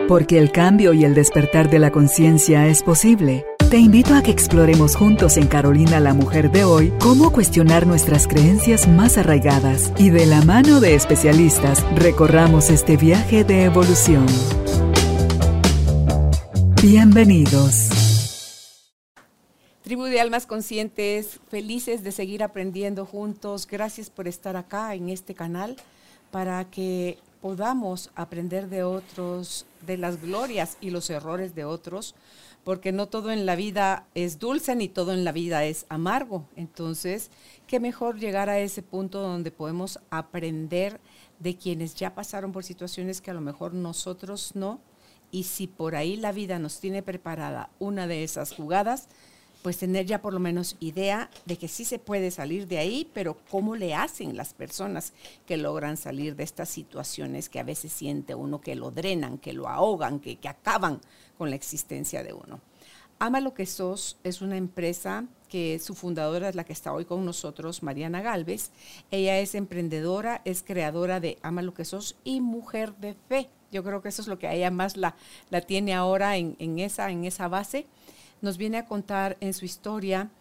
Porque el cambio y el despertar de la conciencia es posible. Te invito a que exploremos juntos en Carolina la Mujer de hoy cómo cuestionar nuestras creencias más arraigadas y de la mano de especialistas recorramos este viaje de evolución. Bienvenidos. Tribu de Almas Conscientes, felices de seguir aprendiendo juntos. Gracias por estar acá en este canal para que podamos aprender de otros, de las glorias y los errores de otros, porque no todo en la vida es dulce ni todo en la vida es amargo. Entonces, qué mejor llegar a ese punto donde podemos aprender de quienes ya pasaron por situaciones que a lo mejor nosotros no, y si por ahí la vida nos tiene preparada una de esas jugadas, pues tener ya por lo menos idea de que sí se puede salir de ahí, pero cómo le hacen las personas que logran salir de estas situaciones que a veces siente uno que lo drenan, que lo ahogan, que acaban con la existencia de uno. Ama lo que sos es una empresa que su fundadora es la que está hoy con nosotros, Mariana Gálvez. Ella es emprendedora, es creadora de Ama lo que sos y Mujer de Fe. Yo creo que eso es lo que a ella más la tiene ahora en esa base. Nos viene a contar en su historia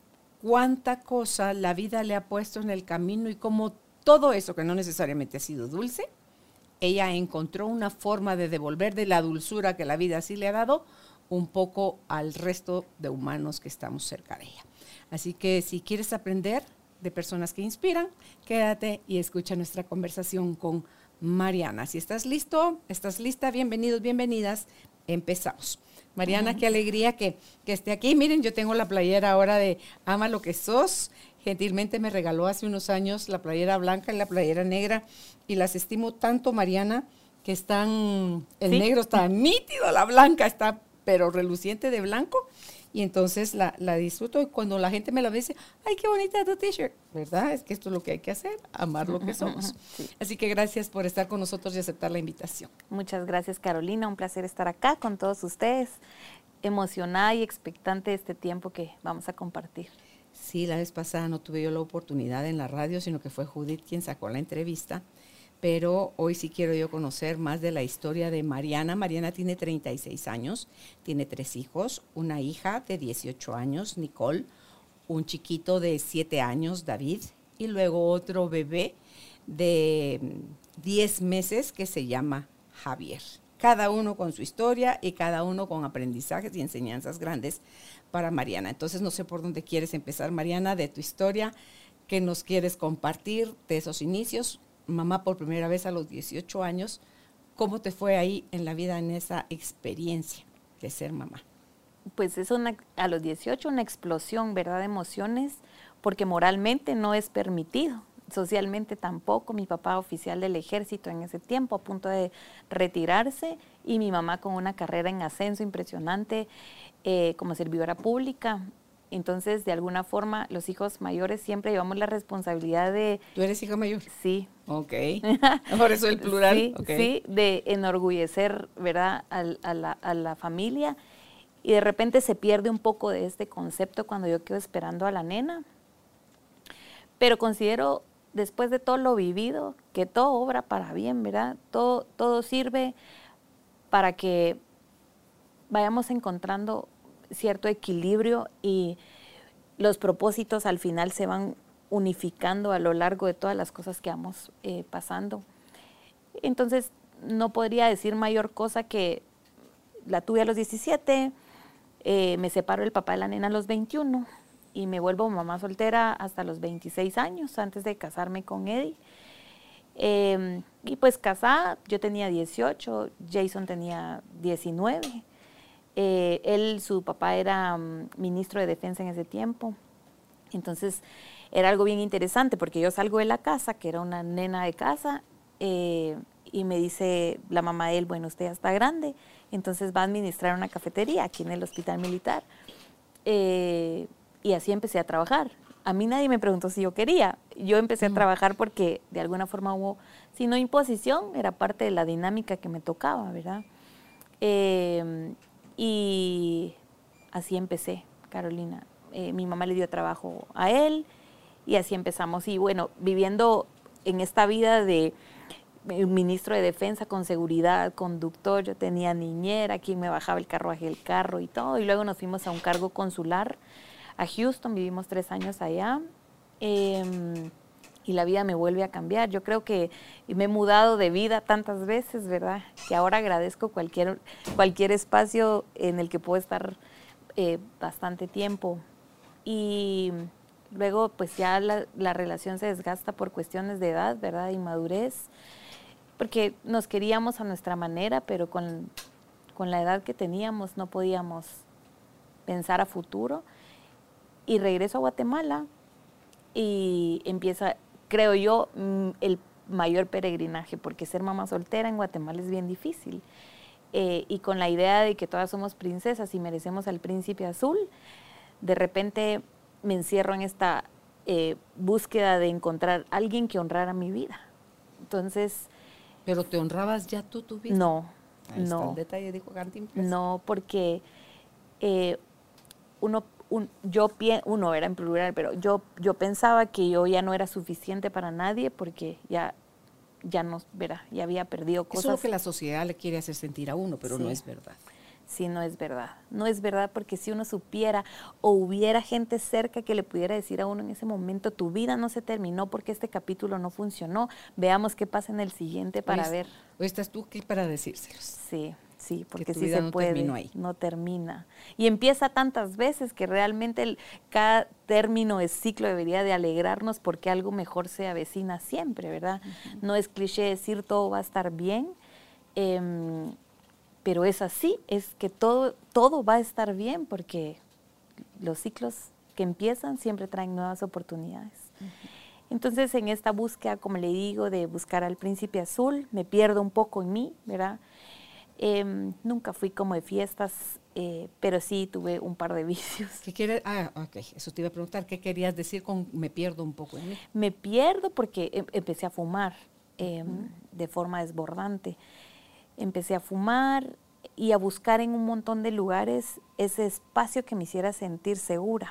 cuánta cosa la vida le ha puesto en el camino y cómo todo eso que no necesariamente ha sido dulce, ella encontró una forma de devolver de la dulzura que la vida sí le ha dado un poco al resto de humanos que estamos cerca de ella. Así que si quieres aprender de personas que inspiran, quédate y escucha nuestra conversación con Mariana. Si estás listo, estás lista, bienvenidos, bienvenidas, empezamos. Mariana, qué alegría que esté aquí. Miren, yo tengo la playera ahora de Ama lo que sos. Gentilmente me regaló hace unos años la playera blanca y la playera negra. Y las estimo tanto, Mariana, que están, el negro está nítido, la blanca está pero reluciente de blanco. Y entonces la disfruto y cuando la gente me la ve dice, ¡ay, qué bonita tu t-shirt! ¿Verdad? Es que esto es lo que hay que hacer, amar lo que somos. Sí. Así que gracias por estar con nosotros y aceptar la invitación. Muchas gracias, Carolina. Un placer estar acá con todos ustedes. Emocionada y expectante de este tiempo que vamos a compartir. Sí, la vez pasada no tuve yo la oportunidad en la radio, sino que fue Judith quien sacó la entrevista. Pero hoy sí quiero yo conocer más de la historia de Mariana. Mariana tiene 36 años, tiene 3 hijos, una hija de 18 años, Nicole, un chiquito de 7 años, David, y luego otro bebé de 10 meses que se llama Javier. Cada uno con su historia y cada uno con aprendizajes y enseñanzas grandes para Mariana. Entonces no sé por dónde quieres empezar, Mariana, de tu historia, qué nos quieres compartir de esos inicios. Mamá por primera vez a los 18 años, ¿cómo te fue ahí en la vida, en esa experiencia de ser mamá? Pues es a los 18 una explosión, ¿verdad?, de emociones, porque moralmente no es permitido, socialmente tampoco. Mi papá oficial del ejército en ese tiempo, a punto de retirarse, y mi mamá con una carrera en ascenso impresionante como servidora pública. Entonces, de alguna forma, los hijos mayores siempre llevamos la responsabilidad de... ¿Tú eres hija mayor? Sí. Ok. Por eso el plural. Sí, okay. Sí, de enorgullecer, ¿verdad?, a la familia. Y de repente se pierde un poco de este concepto cuando yo quedo esperando a la nena. Pero considero, después de todo lo vivido, que todo obra para bien, ¿verdad? Todo sirve para que vayamos encontrando cierto equilibrio y los propósitos al final se van unificando a lo largo de todas las cosas que vamos pasando. Entonces, no podría decir mayor cosa que la tuve a los 17, me separo del papá de la nena a los 21 y me vuelvo mamá soltera hasta los 26 años, antes de casarme con Eddie. Y pues casada, yo tenía 18, Jason tenía 19. Su papá era ministro de defensa en ese tiempo. Entonces era algo bien interesante porque yo salgo de la casa, que era una nena de casa, y me dice la mamá de él, bueno, usted ya está grande, entonces va a administrar una cafetería aquí en el hospital militar. Y así empecé a trabajar. A mí nadie me preguntó si yo quería. Yo empecé a trabajar porque de alguna forma hubo, si no imposición, era parte de la dinámica que me tocaba, ¿verdad? Y así empecé, Carolina. Mi mamá le dio trabajo a él y así empezamos. Y bueno, viviendo en esta vida de ministro de Defensa con seguridad, conductor, yo tenía niñera, quien me bajaba el carruaje del carro y todo. Y luego nos fuimos a un cargo consular a Houston, vivimos 3 años allá. Y la vida me vuelve a cambiar. Yo creo que me he mudado de vida tantas veces, ¿verdad? Que ahora agradezco cualquier espacio en el que puedo estar bastante tiempo. Y luego pues ya la relación se desgasta por cuestiones de edad, ¿verdad? Y madurez. Porque nos queríamos a nuestra manera, pero con la edad que teníamos no podíamos pensar a futuro. Y regreso a Guatemala y empieza, creo yo, el mayor peregrinaje, porque ser mamá soltera en Guatemala es bien difícil. Y con la idea de que todas somos princesas y merecemos al príncipe azul, de repente me encierro en esta búsqueda de encontrar a alguien que honrara mi vida. Entonces... ¿Pero te honrabas ya tú tu vida? No, Ahí está no. el detalle, dijo Cantinflas. No, porque uno era en plural, pero yo pensaba que yo ya no era suficiente para nadie porque ya no, verá, ya había perdido cosas. Eso es lo que la sociedad le quiere hacer sentir a uno, pero sí. no es verdad. Sí, no es verdad. No es verdad, porque si uno supiera o hubiera gente cerca que le pudiera decir a uno en ese momento, tu vida no se terminó porque este capítulo no funcionó, veamos qué pasa en el siguiente para ver. ¿O estás tú qué para decírselos? Sí, porque tu sí vida se no puede, terminó ahí. no termina. Y empieza tantas veces que realmente cada término de ciclo debería de alegrarnos porque algo mejor se avecina siempre, ¿verdad? Uh-huh. No es cliché decir todo va a estar bien, pero es así, es que todo va a estar bien porque los ciclos que empiezan siempre traen nuevas oportunidades. Uh-huh. Entonces, en esta búsqueda, como le digo, de buscar al príncipe azul, me pierdo un poco en mí, ¿verdad? Nunca fui como de fiestas, pero sí tuve un par de vicios. ¿Qué quieres? Ok, eso te iba a preguntar, ¿qué querías decir con me pierdo un poco en mí? Me pierdo porque empecé a fumar de forma desbordante. Empecé a fumar y a buscar en un montón de lugares ese espacio que me hiciera sentir segura.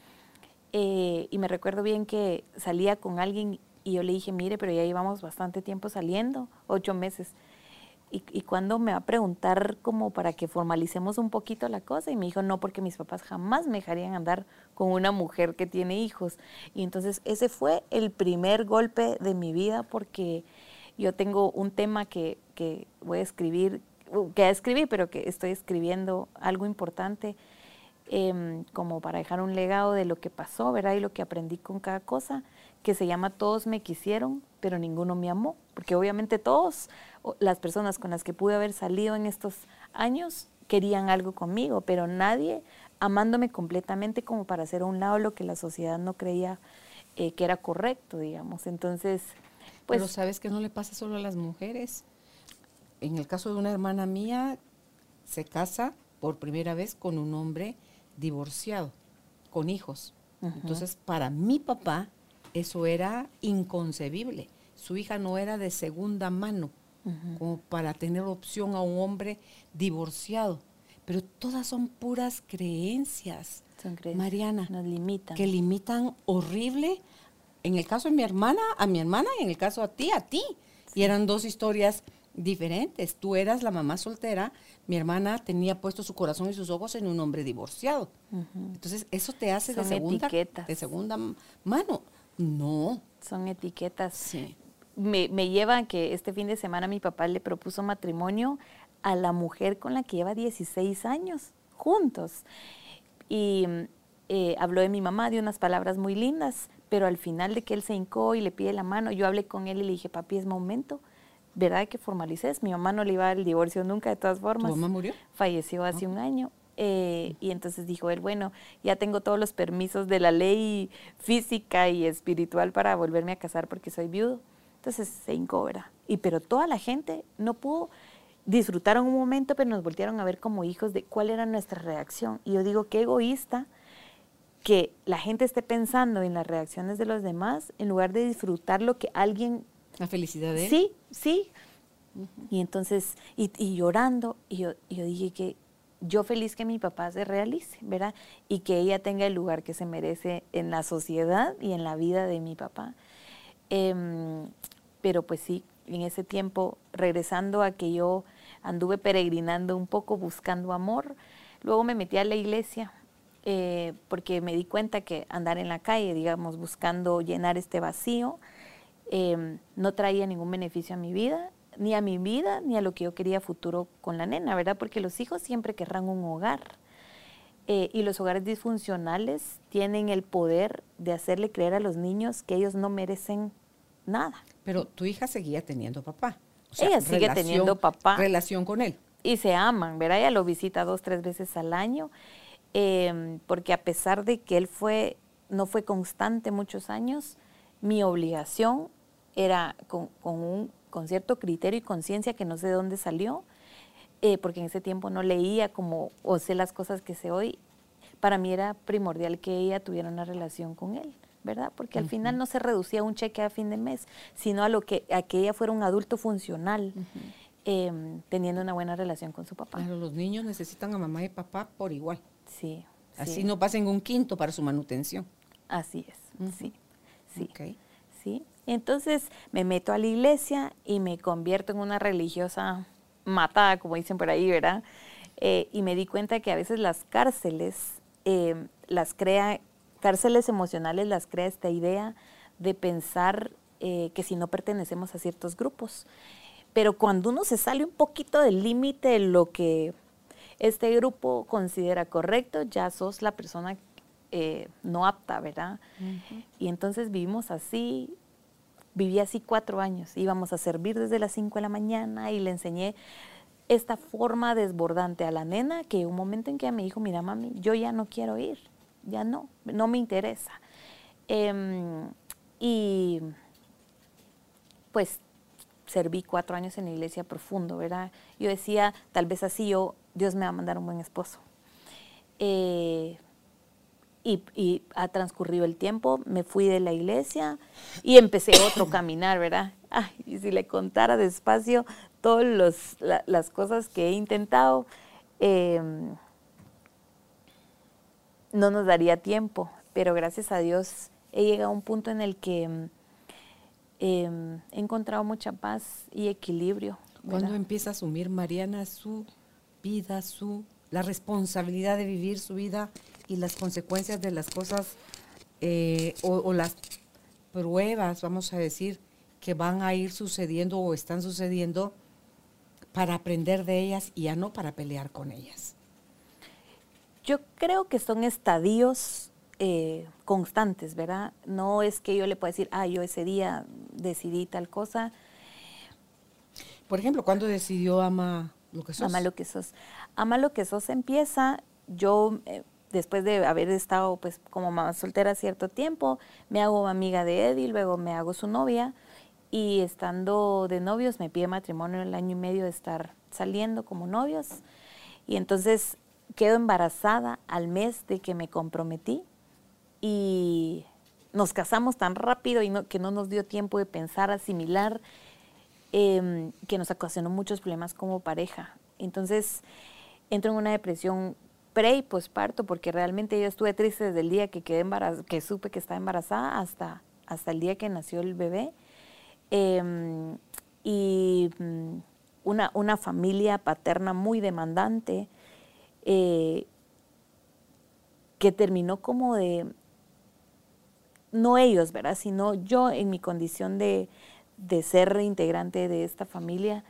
Y me recuerdo bien que salía con alguien y yo le dije, mire, pero ya llevamos bastante tiempo saliendo, 8 meses. ¿Y cuándo me va a preguntar como para que formalicemos un poquito la cosa? Y me dijo, no, porque mis papás jamás me dejarían andar con una mujer que tiene hijos. Y entonces ese fue el primer golpe de mi vida, porque yo tengo un tema que voy a escribir, pero que estoy escribiendo algo importante, como para dejar un legado de lo que pasó, ¿verdad? Y lo que aprendí con cada cosa, que se llama Todos me quisieron, pero ninguno me amó, porque obviamente todas las personas con las que pude haber salido en estos años querían algo conmigo, pero nadie amándome completamente como para hacer a un lado lo que la sociedad no creía que era correcto, digamos. Entonces, pues... Pero ¿sabes que no le pasa solo a las mujeres? En el caso de una hermana mía, se casa por primera vez con un hombre divorciado, con hijos. Uh-huh. Entonces, para mi papá, eso era inconcebible. Su hija no era de segunda mano, uh-huh, como para tener opción a un hombre divorciado. Pero todas son puras creencias, Mariana, nos limitan. Que limitan horrible. En el caso de mi hermana, a mi hermana, y en el caso a ti. Sí. Y eran 2 historias diferentes. Tú eras la mamá soltera, mi hermana tenía puesto su corazón y sus ojos en un hombre divorciado. Uh-huh. Entonces, eso te hace son de segunda mano. No. Son etiquetas. Sí. Me lleva a que este fin de semana mi papá le propuso matrimonio a la mujer con la que lleva 16 años juntos. Y habló de mi mamá, de unas palabras muy lindas, pero al final de que él se hincó y le pide la mano, yo hablé con él y le dije, papi, es momento, ¿verdad que formalices? Mi mamá no le iba a dar el divorcio nunca, de todas formas. ¿Tu mamá murió? Falleció hace un año. Y entonces dijo él, bueno, ya tengo todos los permisos de la ley física y espiritual para volverme a casar porque soy viudo. Entonces se hincó, ¿verdad? Pero toda la gente no pudo, disfrutaron un momento, pero nos voltearon a ver como hijos de cuál era nuestra reacción. Y yo digo, qué egoísta que la gente esté pensando en las reacciones de los demás en lugar de disfrutar lo que alguien... La felicidad de él. Sí, sí. Uh-huh. Y entonces, y llorando, y yo dije que yo feliz que mi papá se realice, ¿verdad? Y que ella tenga el lugar que se merece en la sociedad y en la vida de mi papá. Pero pues sí, en ese tiempo, regresando a que yo anduve peregrinando un poco buscando amor. Luego me metí a la iglesia porque me di cuenta que andar en la calle, digamos, buscando llenar este vacío, no traía ningún beneficio a mi vida, ni a lo que yo quería futuro con la nena, ¿verdad? Porque los hijos siempre querrán un hogar. Y los hogares disfuncionales tienen el poder de hacerle creer a los niños que ellos no merecen nada. Pero tu hija seguía teniendo papá. O sea, ella sigue teniendo papá. Relación con él. Y se aman, ¿verdad? Ella lo visita 2, 3 veces al año, porque a pesar de que él no fue constante muchos años, mi obligación era con cierto criterio y conciencia que no sé de dónde salió, porque en ese tiempo no leía o sé las cosas que sé hoy. Para mí era primordial que ella tuviera una relación con él, ¿verdad? Porque al final no se reducía a un cheque a fin de mes, sino a que ella fuera un adulto funcional, teniendo una buena relación con su papá. Claro, los niños necesitan a mamá y papá por igual. Sí. Así no pasen un quinto para su manutención. Así es, sí. Okay. Sí. Entonces me meto a la iglesia y me convierto en una religiosa matada, como dicen por ahí, ¿verdad? Y me di cuenta que a veces las cárceles cárceles emocionales las crea esta idea de pensar que si no pertenecemos a ciertos grupos. Pero cuando uno se sale un poquito del límite de lo que este grupo considera correcto, ya sos la persona no apta, ¿verdad? Y entonces viví así 4 años. Íbamos a servir desde las 5 de la mañana y le enseñé esta forma desbordante a la nena, que un momento en que ella me dijo, mira mami, yo ya no quiero ir, ya no me interesa. Y pues serví 4 años en la iglesia profundo, ¿verdad? Yo decía, tal vez así Dios me va a mandar un buen esposo. Y ha transcurrido el tiempo, me fui de la iglesia y empecé otro caminar, ¿verdad? Ay, y si le contara despacio todas las cosas que he intentado, no nos daría tiempo, pero gracias a Dios he llegado a un punto en el que he encontrado mucha paz y equilibrio, ¿verdad? ¿Cuándo empieza a asumir Mariana su vida, la responsabilidad de vivir su vida y las consecuencias de las cosas o las pruebas, vamos a decir, que van a ir sucediendo o están sucediendo para aprender de ellas y ya no para pelear con ellas? Yo creo que son estadios constantes, ¿verdad? No es que yo le pueda decir, yo ese día decidí tal cosa. Por ejemplo, ¿cuándo decidió Ama lo que sos? Ama lo que sos. Ama lo que sos empieza, yo después de haber estado pues como mamá soltera cierto tiempo, me hago amiga de Eddie, luego me hago su novia y estando de novios me pide matrimonio el 1 año y medio de estar saliendo como novios y entonces quedo embarazada al mes de que me comprometí y nos casamos tan rápido y que no nos dio tiempo de pensar, asimilar, que nos ocasionó muchos problemas como pareja. Entonces entro en una depresión pre y posparto porque realmente yo estuve triste desde el día que que supe que estaba embarazada hasta el día que nació el bebé. Y una familia paterna muy demandante que terminó como no ellos, ¿verdad? Sino yo en mi condición de ser integrante de esta familia,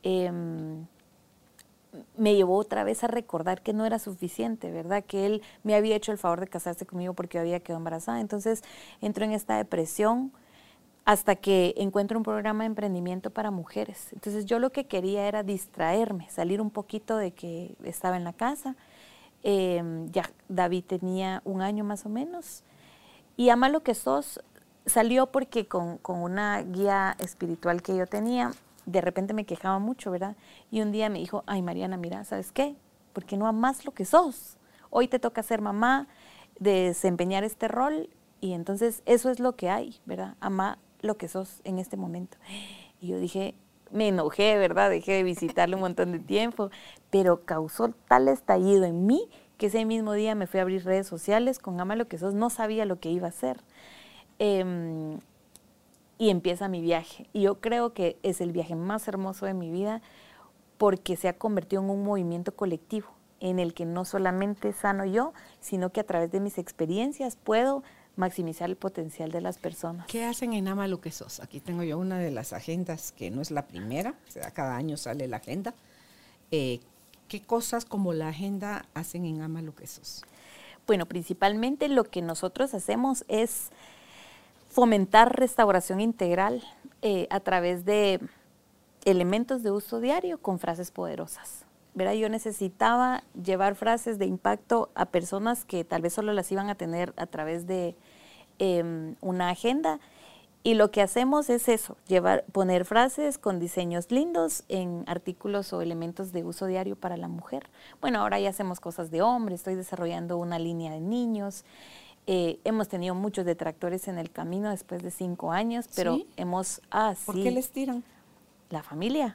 me llevó otra vez a recordar que no era suficiente, ¿verdad? Que él me había hecho el favor de casarse conmigo porque había quedado embarazada. Entonces entro en esta depresión hasta que encuentro un programa de emprendimiento para mujeres. Entonces yo lo que quería era distraerme, salir un poquito de que estaba en la casa. Ya David tenía 1 año más o menos. Y Ama lo que sos salió porque con una guía espiritual que yo tenía, de repente me quejaba mucho, ¿verdad? Y un día me dijo, ay Mariana, mira, ¿sabes qué? ¿Por qué no amas lo que sos? Hoy te toca ser mamá, desempeñar este rol y entonces eso es lo que hay, ¿verdad? Ama lo que sos en este momento. Y yo dije, me enojé, ¿verdad? Dejé de visitarle un montón de tiempo, pero causó tal estallido en mí que ese mismo día me fui a abrir redes sociales con Ama lo que sos, no sabía lo que iba a hacer. y empieza mi viaje. Y yo creo que es el viaje más hermoso de mi vida porque se ha convertido en un movimiento colectivo en el que no solamente sano yo, sino que a través de mis experiencias puedo maximizar el potencial de las personas. ¿Qué hacen en Ama lo que sos? Aquí tengo yo una de las agendas que no es la primera, o sea, cada año sale la agenda. ¿Qué cosas como la agenda hacen en Ama lo que sos? Bueno, principalmente lo que nosotros hacemos es fomentar restauración integral a través de elementos de uso diario con frases poderosas. ¿Verdad? Yo necesitaba llevar frases de impacto a personas que tal vez solo las iban a tener a través de una agenda. Y lo que hacemos es eso, poner frases con diseños lindos en artículos o elementos de uso diario para la mujer. Bueno, ahora ya hacemos cosas de hombre, estoy desarrollando una línea de niños. Hemos tenido muchos detractores en el camino después de 5 años, pero ¿Sí? hemos... ¿Por sí, qué les tiran? la familia.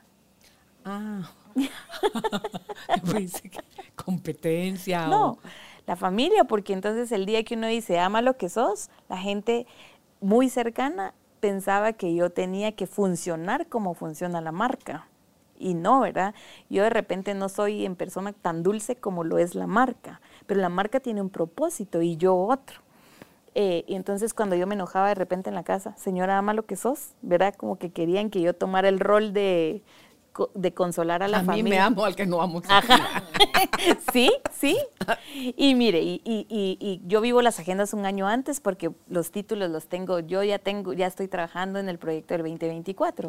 Yo pensé que competencia. No, la familia, porque entonces el día que uno dice ama lo que sos, la gente muy cercana pensaba que yo tenía que funcionar como funciona la marca. Y no, ¿verdad? Yo de repente no soy en persona tan dulce como lo es la marca, pero la marca tiene un propósito y yo otro. Y entonces cuando yo me enojaba de repente en la casa, señora, ama lo que sos, ¿verdad? Como que querían que yo tomara el rol de consolar a la familia. A mí me amo al que no amo. Ajá. Sí, sí. Y mire, y yo vivo las agendas un año antes porque los títulos los tengo, ya estoy trabajando en el proyecto del 2024.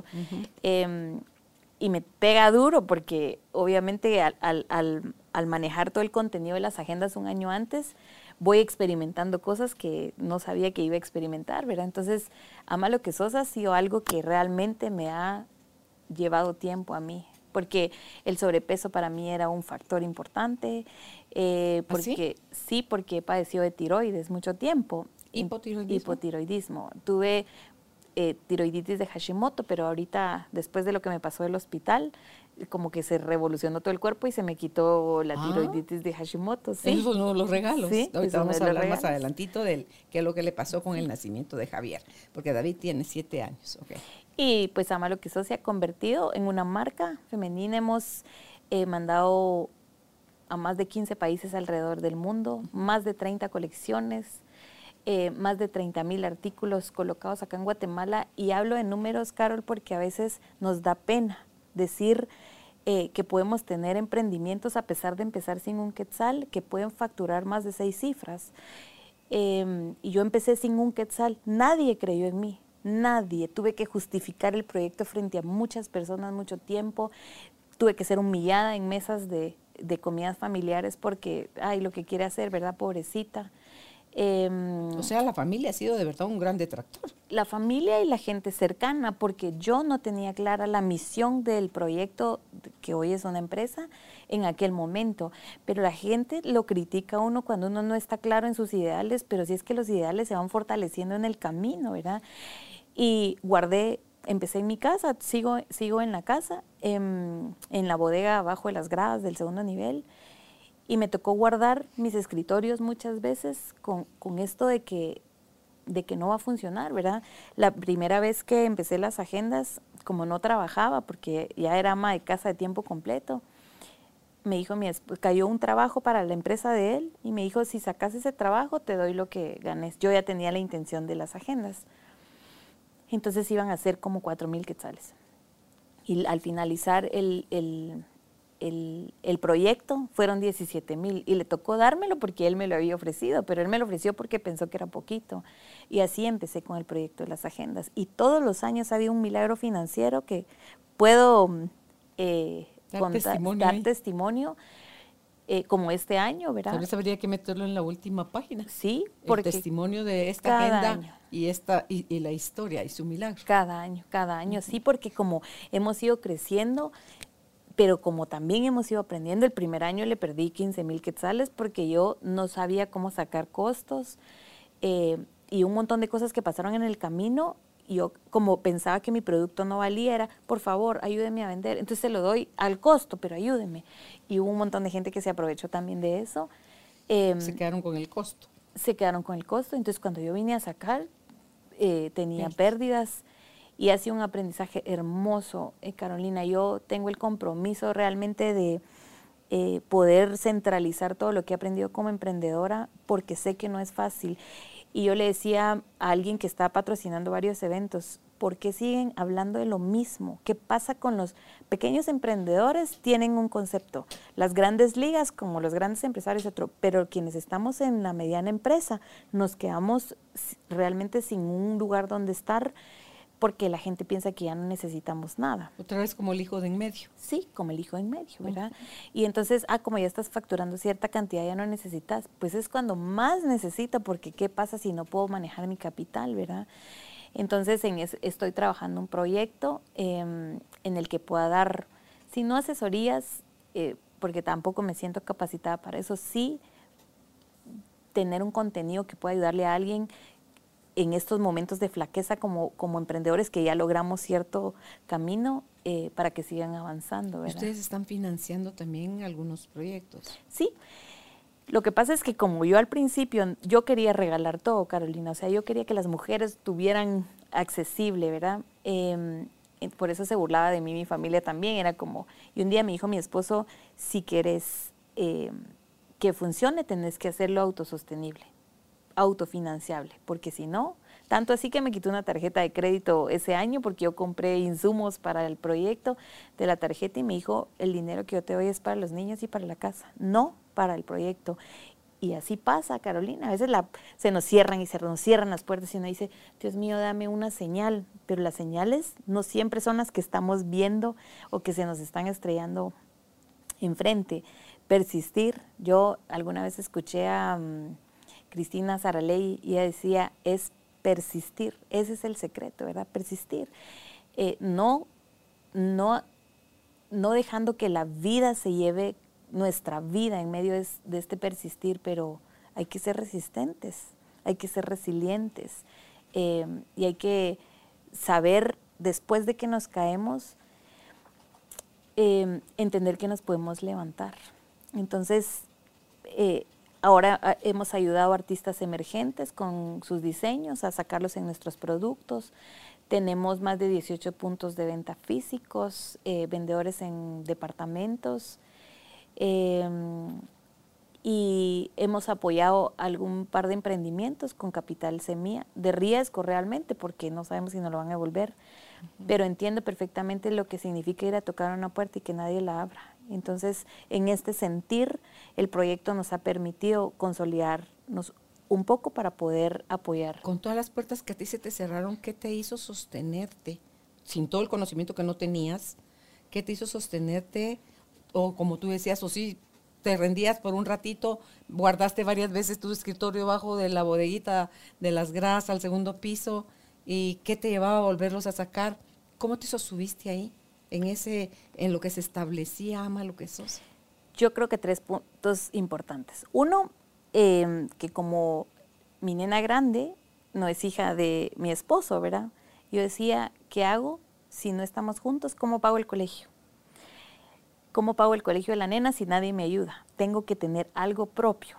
Y me pega duro porque obviamente al manejar todo el contenido de las agendas un año antes, voy experimentando cosas que no sabía que iba a experimentar, ¿verdad? Entonces, ama lo que sos ha sido algo que realmente me ha llevado tiempo a mí, porque el sobrepeso para mí era un factor importante, porque ¿sí? Porque he padecido de tiroides mucho tiempo. Hipotiroidismo. Tuve tiroiditis de Hashimoto, pero ahorita, después de lo que me pasó del hospital, como que se revolucionó todo el cuerpo y se me quitó la tiroiditis de Hashimoto. ¿Sí? Esos son uno de los regalos. Sí, ahorita vamos a hablar más adelantito de qué es lo que le pasó con el nacimiento de Javier, porque David tiene 7 años. Okay. Y pues Ama lo que sos se ha convertido en una marca femenina. Hemos mandado a más de 15 países alrededor del mundo, más de 30 colecciones, más de 30,000 artículos colocados acá en Guatemala. Y hablo de números, Carol, porque a veces nos da pena decir que podemos tener emprendimientos a pesar de empezar sin un quetzal, que pueden facturar más de 6 cifras. Y yo empecé sin un quetzal, nadie creyó en mí. Nadie, tuve que justificar el proyecto frente a muchas personas mucho tiempo, tuve que ser humillada en mesas de comidas familiares porque, ay, lo que quiere hacer, ¿verdad? Pobrecita. O sea, la familia ha sido de verdad un gran detractor. La familia y la gente cercana, porque yo no tenía clara la misión del proyecto, que hoy es una empresa, en aquel momento. Pero la gente lo critica a uno cuando uno no está claro en sus ideales, pero sí es que los ideales se van fortaleciendo en el camino, ¿verdad? Y empecé en mi casa, sigo en la casa, en la bodega abajo de las gradas del 2º nivel, y me tocó guardar mis escritorios muchas veces con esto de que no va a funcionar, ¿verdad? La primera vez que empecé las agendas, como no trabajaba, porque ya era ama de casa de tiempo completo, me dijo cayó un trabajo para la empresa de él, y me dijo, si sacas ese trabajo, te doy lo que ganes. Yo ya tenía la intención de las agendas. Entonces iban a ser como 4,000 quetzales. Y al finalizar el proyecto fueron 17,000 y le tocó dármelo porque él me lo había ofrecido, pero él me lo ofreció porque pensó que era poquito. Y así empecé con el proyecto de las agendas. Y todos los años ha habido un milagro financiero que puedo dar testimonio. Como este año, ¿verdad? Tal vez habría que meterlo en la última página. Sí, porque el testimonio de esta agenda y la historia y su milagro. Cada año, sí, porque como hemos ido creciendo, pero como también hemos ido aprendiendo, el primer año le perdí 15,000 quetzales porque yo no sabía cómo sacar costos y un montón de cosas que pasaron en el camino. Yo como pensaba que mi producto no valía, era, por favor, ayúdeme a vender. Entonces se lo doy al costo, pero ayúdeme. Y hubo un montón de gente que se aprovechó también de eso. Se quedaron con el costo. Entonces cuando yo vine a sacar, tenía pérdidas. y ha sido un aprendizaje hermoso, Carolina. Yo tengo el compromiso realmente de poder centralizar todo lo que he aprendido como emprendedora, porque sé que no es fácil. Y yo le decía a alguien que está patrocinando varios eventos, ¿por qué siguen hablando de lo mismo? ¿Qué pasa con los pequeños emprendedores? Tienen un concepto. Las grandes ligas, como los grandes empresarios, otro. Pero quienes estamos en la mediana empresa, nos quedamos realmente sin un lugar donde estar, porque la gente piensa que ya no necesitamos nada. Otra vez como el hijo de en medio. Sí, como el hijo de en medio, ¿verdad? Y entonces, como ya estás facturando cierta cantidad, ya no necesitas. Pues es cuando más necesito, porque ¿qué pasa si no puedo manejar mi capital, verdad? Entonces, estoy trabajando un proyecto en el que pueda dar, si no asesorías, porque tampoco me siento capacitada para eso, sí tener un contenido que pueda ayudarle a alguien en estos momentos de flaqueza como emprendedores que ya logramos cierto camino para que sigan avanzando, ¿verdad? ¿Ustedes están financiando también algunos proyectos? Sí. Lo que pasa es que como yo al principio, yo quería regalar todo, Carolina. O sea, yo quería que las mujeres tuvieran accesible, ¿verdad? Por eso se burlaba de mí mi familia también. Era como, y un día me dijo mi esposo, si quieres que funcione, tenés que hacerlo autosostenible, autofinanciable, porque si no, tanto así que me quitó una tarjeta de crédito ese año porque yo compré insumos para el proyecto de la tarjeta y me dijo, el dinero que yo te doy es para los niños y para la casa, no para el proyecto. Y así pasa, Carolina, a veces se nos cierran y se nos cierran las puertas y uno dice, Dios mío, dame una señal, pero las señales no siempre son las que estamos viendo o que se nos están estrellando enfrente. Persistir, yo alguna vez escuché a Cristina Saraley y ella decía, es persistir, ese es el secreto, ¿verdad? Persistir. No dejando que la vida se lleve nuestra vida en medio de este persistir, pero hay que ser resistentes, hay que ser resilientes y hay que saber, después de que nos caemos, entender que nos podemos levantar. Entonces, ahora hemos ayudado a artistas emergentes con sus diseños a sacarlos en nuestros productos. Tenemos más de 18 puntos de venta físicos, vendedores en departamentos y hemos apoyado algún par de emprendimientos con capital semilla, de riesgo realmente, porque no sabemos si nos lo van a devolver, pero entiendo perfectamente lo que significa ir a tocar una puerta y que nadie la abra. Entonces, en este sentir, el proyecto nos ha permitido consolidarnos un poco para poder apoyar. Con todas las puertas que a ti se te cerraron, ¿qué te hizo sostenerte? Sin todo el conocimiento que no tenías, ¿qué te hizo sostenerte? O como tú decías, o sí, te rendías por un ratito, guardaste varias veces tu escritorio abajo de la bodeguita de las grasas al segundo piso, ¿y qué te llevaba a volverlos a sacar? ¿Cómo te sostuviste ahí? En lo que se establecía, ama lo que sos. Yo creo que 3 puntos importantes. Uno, que como mi nena grande no es hija de mi esposo, ¿verdad? Yo decía, ¿qué hago si no estamos juntos? ¿Cómo pago el colegio? ¿Cómo pago el colegio de la nena si nadie me ayuda? Tengo que tener algo propio.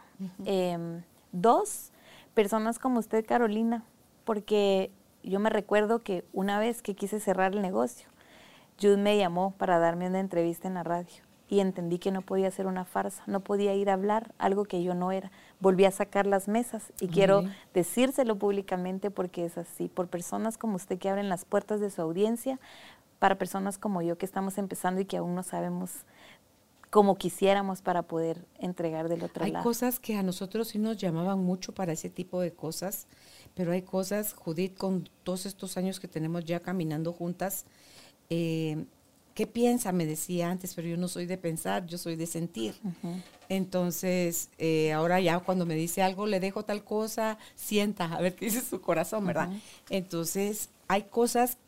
2, personas como usted, Carolina, porque yo me recuerdo que una vez que quise cerrar el negocio, Jude me llamó para darme una entrevista en la radio y entendí que no podía hacer una farsa, no podía ir a hablar algo que yo no era. Volví a sacar las mesas y quiero decírselo públicamente porque es así, por personas como usted que abren las puertas de su audiencia, para personas como yo que estamos empezando y que aún no sabemos cómo quisiéramos para poder entregar del otro lado. Hay cosas que a nosotros sí nos llamaban mucho para ese tipo de cosas, pero hay cosas, Judith, con todos estos años que tenemos ya caminando juntas, ¿qué piensa? Me decía antes, pero yo no soy de pensar, yo soy de sentir. Entonces, ahora ya cuando me dice algo, le dejo tal cosa, sienta, a ver qué dice su corazón, ¿verdad? Entonces, hay cosas,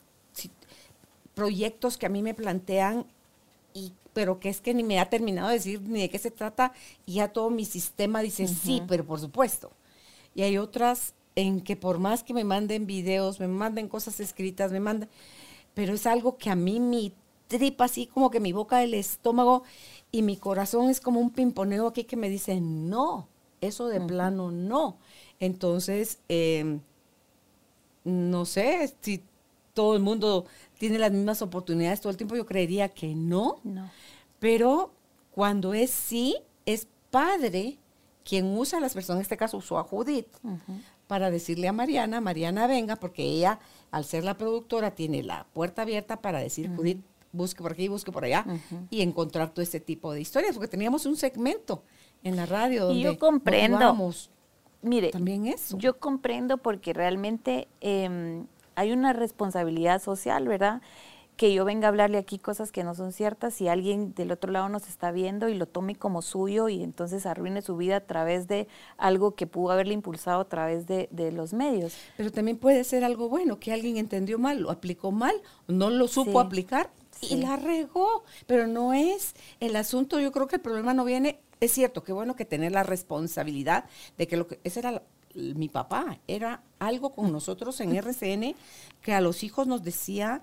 proyectos que a mí me plantean, pero que es que ni me ha terminado de decir ni de qué se trata, y ya todo mi sistema dice sí, pero por supuesto. Y hay otras en que por más que me manden videos, me manden cosas escritas, pero es algo que a mí mi tripa, así como que mi boca del estómago y mi corazón es como un pimponeo aquí que me dice no, eso de plano no. Entonces, no sé si todo el mundo tiene las mismas oportunidades todo el tiempo. Yo creería que no. No. Pero cuando es sí, es padre quien usa a las personas, en este caso usó a Judith, para decirle a Mariana, Mariana venga, porque ella, al ser la productora, tiene la puerta abierta para decir, Judith, busque por aquí, busque por allá, y encontrar todo este tipo de historias, porque teníamos un segmento en la radio donde y yo comprendo. motivábamos Mire, también eso. yo comprendo porque realmente hay una responsabilidad social, ¿verdad? Que yo venga a hablarle aquí cosas que no son ciertas y alguien del otro lado nos está viendo y lo tome como suyo y entonces arruine su vida a través de algo que pudo haberle impulsado a través de los medios. Pero también puede ser algo bueno, que alguien entendió mal, lo aplicó mal, no lo supo aplicar y la regó. Pero no es el asunto, yo creo que el problema no viene, es cierto, qué bueno que tener la responsabilidad de que ese era mi papá, era algo con nosotros en RCN que a los hijos nos decía,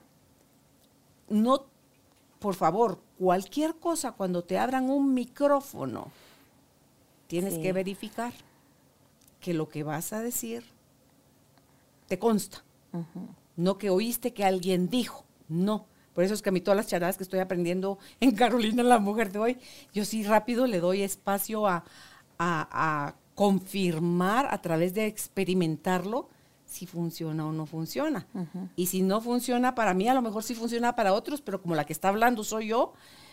no, por favor, cualquier cosa cuando te abran un micrófono, tienes que verificar que lo que vas a decir te consta. No que oíste que alguien dijo, no. Por eso es que a mí todas las charadas que estoy aprendiendo en Carolina, la mujer de hoy, yo sí rápido le doy espacio a confirmar a través de experimentarlo si funciona o no funciona. Y si no funciona para mí, a lo mejor sí funciona para otros, pero como la que está hablando soy yo,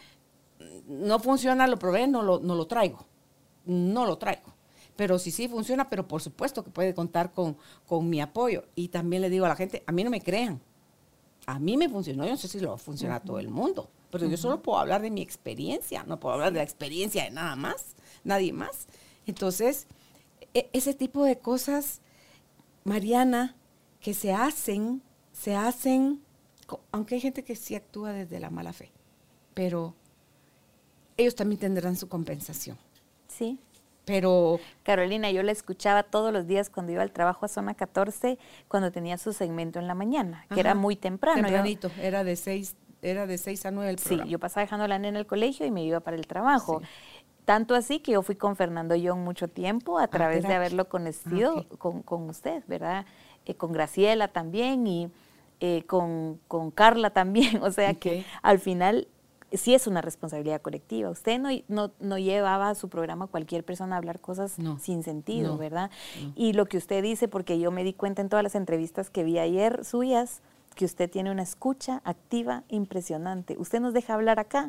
no funciona, lo probé, no lo traigo. No lo traigo. Pero sí funciona, pero por supuesto que puede contar con mi apoyo. Y también le digo a la gente, a mí no me crean. A mí me funcionó, yo no sé si lo va a funcionar a todo el mundo, pero yo solo puedo hablar de mi experiencia, no puedo hablar de la experiencia de nada más, nadie más. Entonces, ese tipo de cosas, Mariana, que se hacen, aunque hay gente que sí actúa desde la mala fe, pero ellos también tendrán su compensación. Sí. Pero Carolina, yo la escuchaba todos los días cuando iba al trabajo a Zona 14, cuando tenía su segmento en la mañana, que era muy temprano. Tempranito, era de 6 a 9 el programa. Sí, yo pasaba dejando a la nena en el colegio y me iba para el trabajo. Sí. Tanto así que yo fui con Fernando Young mucho tiempo a través de haberlo conocido con usted, ¿verdad? Con Graciela también y con Carla también. O sea que al final sí es una responsabilidad colectiva. Usted no llevaba a su programa a cualquier persona a hablar cosas sin sentido, ¿verdad? No. Y lo que usted dice, porque yo me di cuenta en todas las entrevistas que vi ayer suyas, que usted tiene una escucha activa impresionante. Usted nos deja hablar acá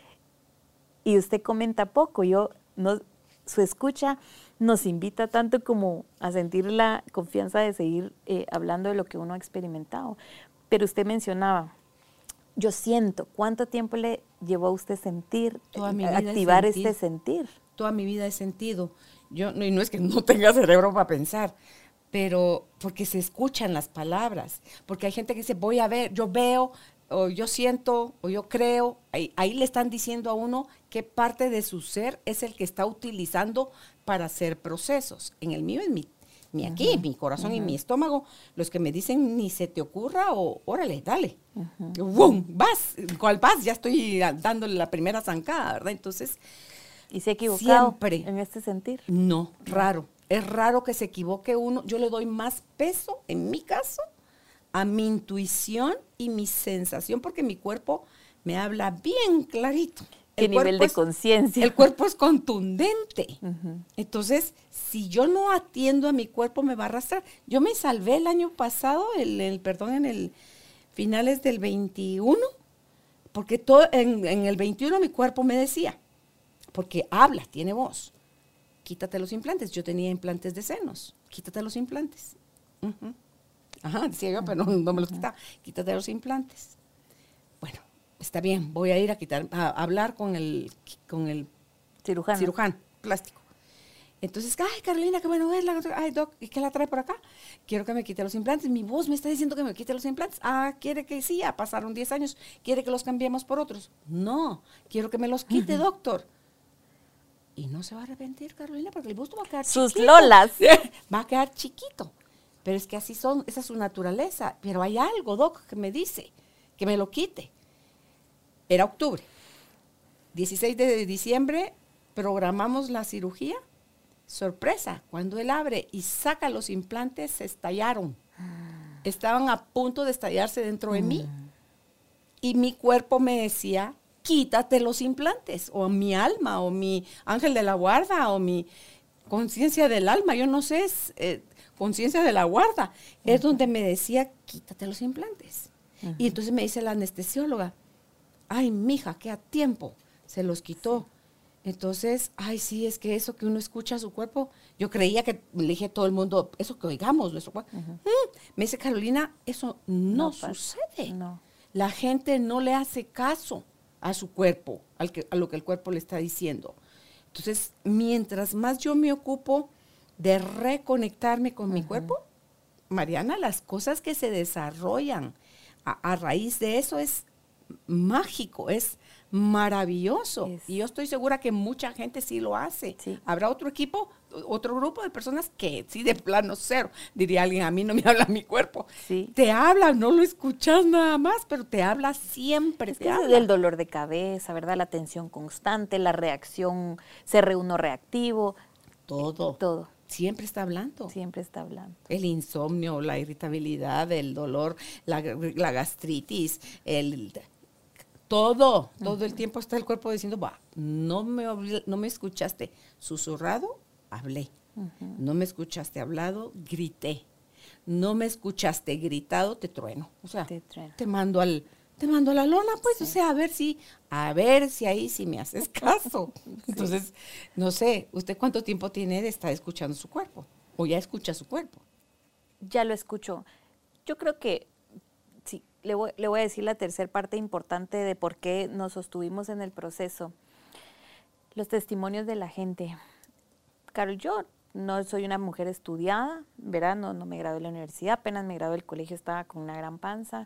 y usted comenta poco. Su escucha nos invita tanto como a sentir la confianza de seguir hablando de lo que uno ha experimentado. Pero usted mencionaba, yo siento, ¿cuánto tiempo le llevó a usted activar este sentir? Toda mi vida he sentido. Y no es que no tenga cerebro para pensar, pero porque se escuchan las palabras, porque hay gente que dice, voy a ver, yo veo, o yo siento, o yo creo, ahí le están diciendo a uno qué parte de su ser es el que está utilizando para hacer procesos. En el mío es aquí, mi corazón y mi estómago, los que me dicen ni se te ocurra o órale, dale. ¡Bum! Vas, ¿cuál vas? Ya estoy dándole la primera zancada, ¿verdad? Entonces, ¿y se ha equivocado siempre en este sentir? No, raro. Es raro que se equivoque uno. Yo le doy más peso, en mi caso, a mi intuición y mi sensación, porque mi cuerpo me habla bien clarito. ¿Qué nivel de conciencia? El cuerpo es contundente. Entonces, si yo no atiendo a mi cuerpo, me va a arrastrar. Yo me salvé el año pasado, en el finales del 21, porque en el 21 mi cuerpo me decía, porque habla, tiene voz, quítate los implantes. Yo tenía implantes de senos, quítate los implantes. Ajá, decía yo, pero no me los quitaba. Quítate los implantes. Bueno, está bien, voy a ir a hablar con el cirujano plástico. Entonces, ay, Carolina, qué bueno verla. Ay, doc, ¿y qué la trae por acá? Quiero que me quite los implantes. Mi voz me está diciendo que me quite los implantes. Ah, quiere que sí, ya pasaron 10 años. ¿Quiere que los cambiemos por otros? No, quiero que me los quite, doctor. Y no se va a arrepentir, Carolina, porque el busto va a quedar chiquito. Sus lolas. Va a quedar chiquito. Pero es que así son, esa es su naturaleza. Pero hay algo, doc, que me dice que me lo quite. Era octubre. 16 de diciembre programamos la cirugía. Sorpresa, cuando él abre y saca los implantes, se estallaron. estaban a punto de estallarse dentro de mí. Y mi cuerpo me decía, quítate los implantes, o mi alma, o mi ángel de la guarda, o mi conciencia del alma, yo no sé, es conciencia de la guarda, es donde me decía, quítate los implantes. Y entonces me dice la anestesióloga, ay, mija, que a tiempo se los quitó. Entonces, ay, sí, es que eso que uno escucha a su cuerpo, yo creía que le dije a todo el mundo, eso que oigamos, nuestro cuerpo. Me dice, Carolina, eso no sucede. No. La gente no le hace caso a su cuerpo, a lo que el cuerpo le está diciendo. Entonces, mientras más yo me ocupo de reconectarme con mi cuerpo, Mariana, las cosas que se desarrollan a raíz de eso es mágico, es maravilloso. Y yo estoy segura que mucha gente sí lo hace. Sí. Habrá otro equipo, otro grupo de personas que sí, de plano cero. Diría alguien, a mí no me habla mi cuerpo. Sí. Te habla, no lo escuchas nada más, pero te habla siempre. Es te que habla. es del dolor de cabeza, ¿verdad? La tensión constante, la reacción, CR1 reactivo. Todo. Todo. Siempre está hablando. Siempre está hablando. El insomnio, la irritabilidad, el dolor, la gastritis, todo el tiempo está el cuerpo diciendo, no me escuchaste susurrado, hablé. No me escuchaste hablado, grité. No me escuchaste gritado, te trueno. O sea, te mando a la lona, pues, sí. O sea, a ver si ahí sí me haces caso. Sí. Entonces, no sé, ¿usted cuánto tiempo tiene de estar escuchando su cuerpo? ¿O ya escucha su cuerpo? Ya lo escucho. Yo creo que sí, le voy a decir la tercera parte importante de por qué nos sostuvimos en el proceso. Los testimonios de la gente. Carol, yo no soy una mujer estudiada, ¿verdad? No me gradué de la universidad, apenas me gradué del colegio, estaba con una gran panza.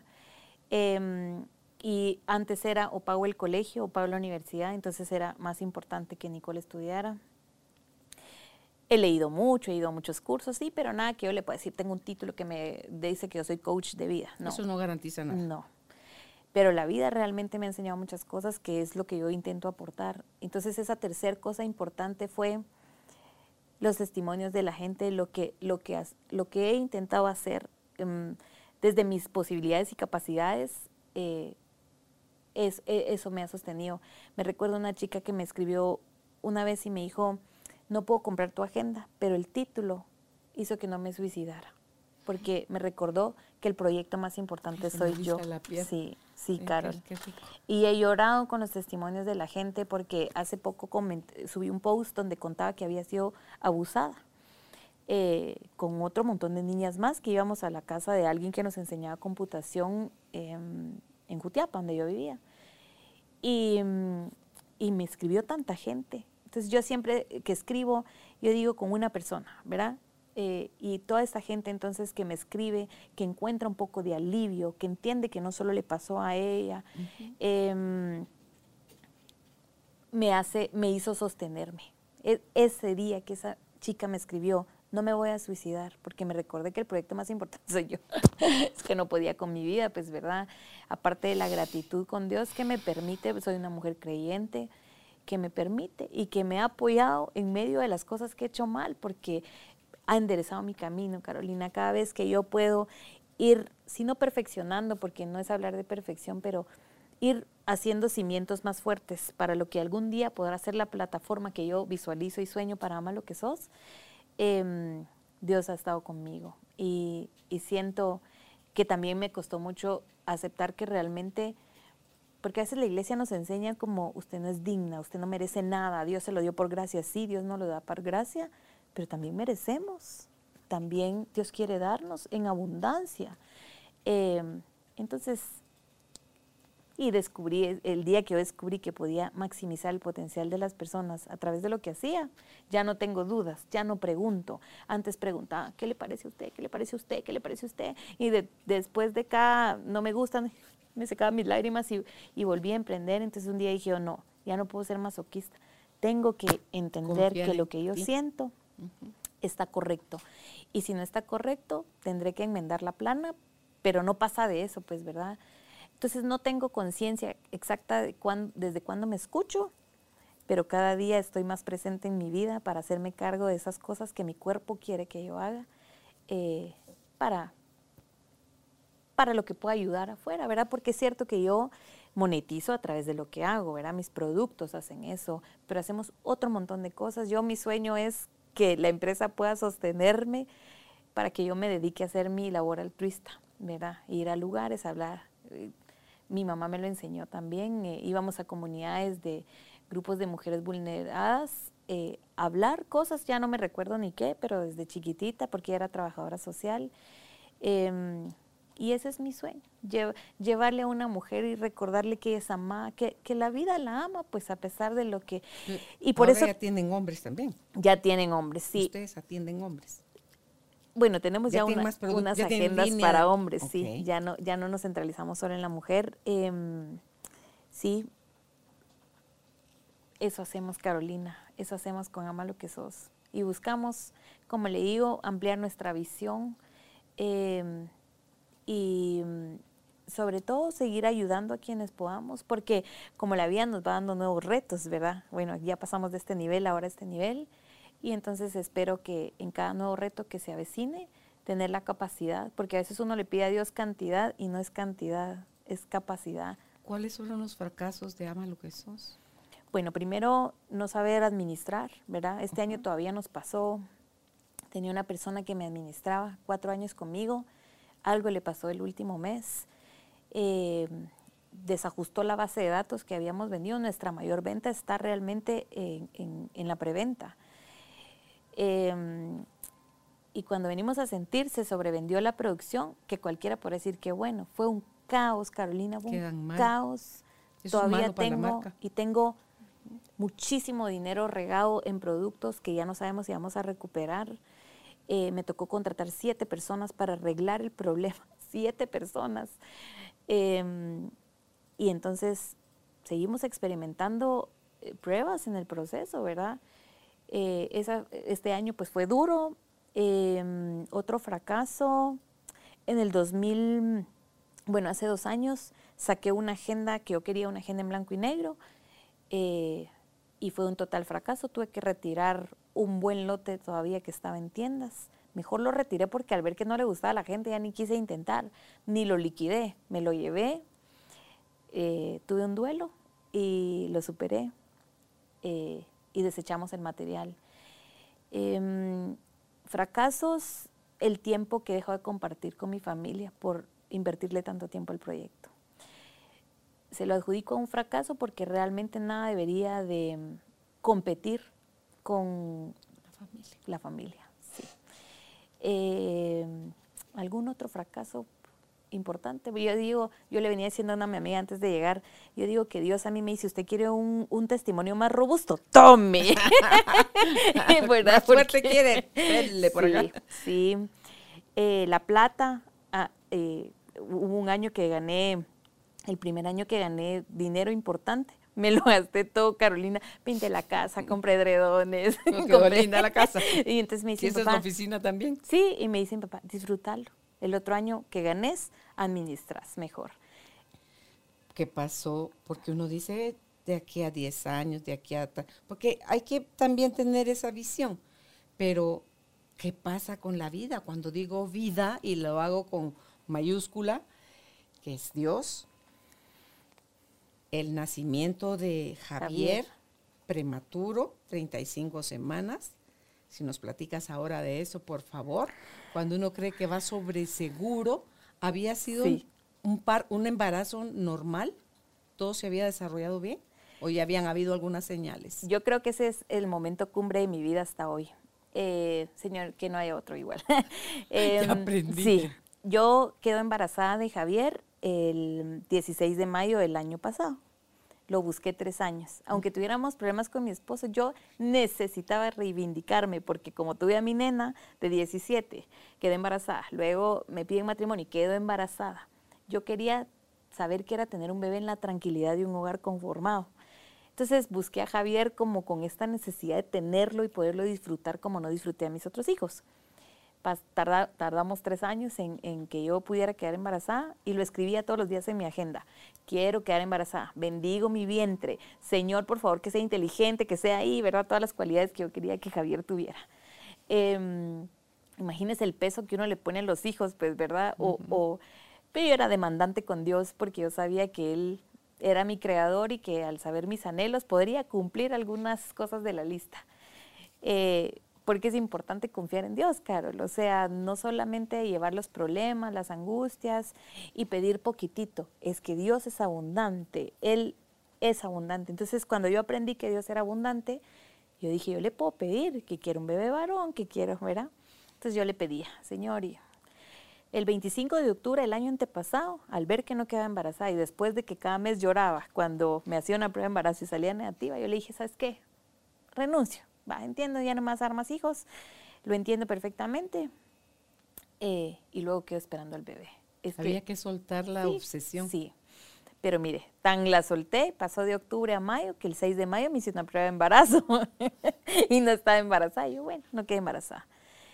Y antes era o pago el colegio o pago la universidad, entonces era más importante que Nicole estudiara. He leído mucho, he ido a muchos cursos, sí, pero nada que yo le pueda decir, tengo un título que me dice que yo soy coach de vida. No. Eso no garantiza nada. No. Pero la vida realmente me ha enseñado muchas cosas, que es lo que yo intento aportar. Entonces esa tercera cosa importante fue los testimonios de la gente, lo que he intentado hacer desde mis posibilidades y capacidades, eso me ha sostenido. Me recuerdo una chica que me escribió una vez y me dijo, no puedo comprar tu agenda, pero el título hizo que no me suicidara, porque me recordó que el proyecto más importante soy yo. Sí, Carol. Qué rico. Y he llorado con los testimonios de la gente porque hace poco subí un post donde contaba que había sido abusada con otro montón de niñas más, que íbamos a la casa de alguien que nos enseñaba computación en Jutiapa, donde yo vivía. Y me escribió tanta gente. Entonces yo siempre que escribo, yo digo con una persona, ¿verdad? Y toda esa gente entonces que me escribe, que encuentra un poco de alivio, que entiende que no solo le pasó a ella, me hizo sostenerme. Ese día que esa chica me escribió, no me voy a suicidar, porque me recordé que el proyecto más importante soy yo. Es que no podía con mi vida, pues, ¿verdad? Aparte de la gratitud con Dios que me permite, soy una mujer creyente, que me permite y que me ha apoyado en medio de las cosas que he hecho mal, porque ha enderezado mi camino, Carolina. Cada vez que yo puedo ir, si no perfeccionando, porque no es hablar de perfección, pero ir haciendo cimientos más fuertes para lo que algún día podrá ser la plataforma que yo visualizo y sueño para Ama lo que sos, Dios ha estado conmigo. Y siento que también me costó mucho aceptar que realmente, porque a veces la iglesia nos enseña como usted no es digna, usted no merece nada, Dios se lo dio por gracia. Sí, Dios no lo da por gracia, pero también merecemos, también Dios quiere darnos en abundancia. Entonces, y descubrí, el día que yo descubrí que podía maximizar el potencial de las personas a través de lo que hacía, ya no tengo dudas, ya no pregunto. Antes preguntaba, ¿qué le parece a usted? ¿Qué le parece a usted? ¿Qué le parece a usted? Y después de cada no me gustan, me secaban mis lágrimas y volví a emprender. Entonces un día dije, oh, no, ya no puedo ser masoquista. Tengo que entender que lo que yo siento está correcto. Y si no está correcto, tendré que enmendar la plana, pero no pasa de eso, pues, ¿verdad? Entonces no tengo conciencia exacta de desde cuándo me escucho, pero cada día estoy más presente en mi vida para hacerme cargo de esas cosas que mi cuerpo quiere que yo haga, para para lo que pueda ayudar afuera, ¿verdad? Porque es cierto que yo monetizo a través de lo que hago, ¿verdad? Mis productos hacen eso, pero hacemos otro montón de cosas. Mi sueño es que la empresa pueda sostenerme para que yo me dedique a hacer mi labor altruista, ¿verdad? Ir a lugares, hablar. Mi mamá me lo enseñó también. Íbamos a comunidades de grupos de mujeres vulneradas, hablar cosas, ya no me recuerdo ni qué, pero desde chiquitita, porque ella era trabajadora social. Y ese es mi sueño, llevarle a una mujer y recordarle que es amada, que la vida la ama, pues a pesar de lo que... Y por ahora eso ya tienen hombres también. Ya tienen hombres, sí. Ustedes atienden hombres. Bueno, tenemos ya unas agendas para hombres, okay. Sí. Ya no nos centralizamos solo en la mujer. Sí, eso hacemos, Carolina, eso hacemos con Ama lo que sos. Y buscamos, como le digo, ampliar nuestra visión y sobre todo seguir ayudando a quienes podamos, porque como la vida nos va dando nuevos retos, ¿verdad? Bueno, ya pasamos de este nivel, ahora a este nivel, y entonces espero que en cada nuevo reto que se avecine, tener la capacidad, porque a veces uno le pide a Dios cantidad y no es cantidad, es capacidad. ¿Cuáles fueron los fracasos de Ama lo que sos? Bueno, primero, no saber administrar, ¿verdad? Este año todavía nos pasó, tenía una persona que me administraba 4 años conmigo, algo le pasó el último mes, desajustó la base de datos que habíamos vendido, nuestra mayor venta está realmente en la preventa. Y cuando venimos a sentir, se sobrevendió la producción, que cualquiera podría decir que bueno, fue un caos, Carolina, fue un caos. Todavía tengo muchísimo dinero regado en productos que ya no sabemos si vamos a recuperar. Me tocó contratar 7 personas para arreglar el problema, 7 personas. Y entonces seguimos experimentando pruebas en el proceso, ¿verdad? Este año pues fue duro. Otro fracaso, en el 2000, bueno, hace 2 años saqué una agenda que yo quería, una agenda en blanco y negro, y fue un total fracaso. Tuve que retirar un buen lote todavía que estaba en tiendas. Mejor lo retiré porque al ver que no le gustaba a la gente ya ni quise intentar, ni lo liquidé, me lo llevé, tuve un duelo y lo superé y desechamos el material. Fracasos, el tiempo que dejo de compartir con mi familia por invertirle tanto tiempo al proyecto. Se lo adjudico a un fracaso porque realmente nada debería de competir con la familia. Sí. ¿Algún otro fracaso importante? Yo le venía diciendo a mi amiga antes de llegar, yo digo que Dios a mí me dice, usted quiere un testimonio más robusto, ¡tome! ¿Verdad? Más fuerte quiere, denle por acá. Sí. La plata, hubo un año que gané, el primer año que gané dinero importante, me lo gasté todo, Carolina, pinté la casa, compré edredones. Quedó linda la casa. Y entonces me dicen, ¿Y esa es la oficina también? Sí, y me dicen, papá, disfrútalo. El otro año que ganes, administras mejor. ¿Qué pasó? Porque uno dice de aquí a 10 años, de aquí a... Porque hay que también tener esa visión. Pero, ¿qué pasa con la vida? Cuando digo vida, y lo hago con mayúscula, que es Dios, el nacimiento de Javier, prematuro, 35 semanas. Si nos platicas ahora de eso, por favor. Cuando uno cree que va sobre seguro, ¿había sido un embarazo normal? ¿Todo se había desarrollado bien? ¿O ya habían habido algunas señales? Yo creo que ese es el momento cumbre de mi vida hasta hoy. Señor, que no haya otro igual. Ya aprendí. Sí, yo quedo embarazada de Javier el 16 de mayo del año pasado. Lo busqué 3 años. Aunque tuviéramos problemas con mi esposo, yo necesitaba reivindicarme porque como tuve a mi nena de 17, quedé embarazada. Luego me piden matrimonio y quedo embarazada. Yo quería saber qué era tener un bebé en la tranquilidad de un hogar conformado. Entonces busqué a Javier como con esta necesidad de tenerlo y poderlo disfrutar como no disfruté a mis otros hijos. Tardamos 3 años en que yo pudiera quedar embarazada y lo escribía todos los días en mi agenda. Quiero quedar embarazada, bendigo mi vientre. Señor, por favor, que sea inteligente, que sea ahí, ¿verdad? Todas las cualidades que yo quería que Javier tuviera. Imagínese el peso que uno le pone a los hijos, pues, ¿verdad? Pero yo era demandante con Dios porque yo sabía que Él era mi creador y que al saber mis anhelos podría cumplir algunas cosas de la lista. Porque es importante confiar en Dios, Carol. O sea, no solamente llevar los problemas, las angustias y pedir poquitito. Es que Dios es abundante. Él es abundante. Entonces, cuando yo aprendí que Dios era abundante, yo dije, yo le puedo pedir que quiero un bebé varón, que quiero, ¿verdad? Entonces yo le pedía, Señor, y el 25 de octubre del año antepasado, al ver que no quedaba embarazada y después de que cada mes lloraba cuando me hacía una prueba de embarazo y salía negativa, yo le dije, ¿sabes qué? Renuncio. Va, entiendo, ya no más dar más hijos, lo entiendo perfectamente. Y luego quedo esperando al bebé. Había que soltar la obsesión. Sí, pero mire, tan la solté, pasó de octubre a mayo, que el 6 de mayo me hice una prueba de embarazo y no estaba embarazada. Y yo, bueno, no quedé embarazada.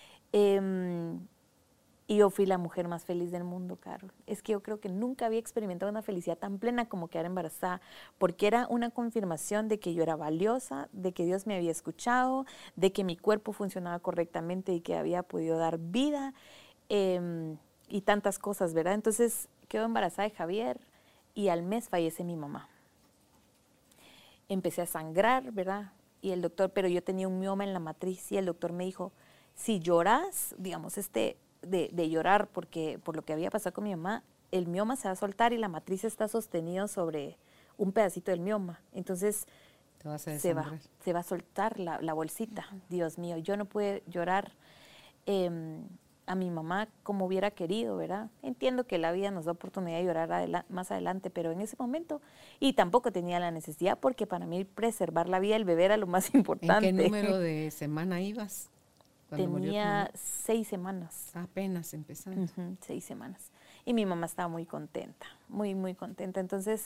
Y yo fui la mujer más feliz del mundo, Carol. Es que yo creo que nunca había experimentado una felicidad tan plena como quedar embarazada, porque era una confirmación de que yo era valiosa, de que Dios me había escuchado, de que mi cuerpo funcionaba correctamente y que había podido dar vida y tantas cosas, ¿verdad? Entonces quedo embarazada de Javier y al mes fallece mi mamá. Empecé a sangrar, ¿verdad? Y el doctor, pero yo tenía un mioma en la matriz y el doctor me dijo, si lloras, digamos, de llorar por lo que había pasado con mi mamá, el mioma se va a soltar y la matriz está sostenida sobre un pedacito del mioma. Entonces se va a soltar la bolsita. Dios mío, yo no pude llorar a mi mamá como hubiera querido, ¿verdad? Entiendo que la vida nos da oportunidad de llorar más adelante, pero en ese momento, y tampoco tenía la necesidad porque para mí preservar la vida del bebé era lo más importante. ¿En qué número de semana ibas? Tenía 6 semanas. Apenas empezando. 6 semanas. Y mi mamá estaba muy contenta, muy, muy contenta. Entonces,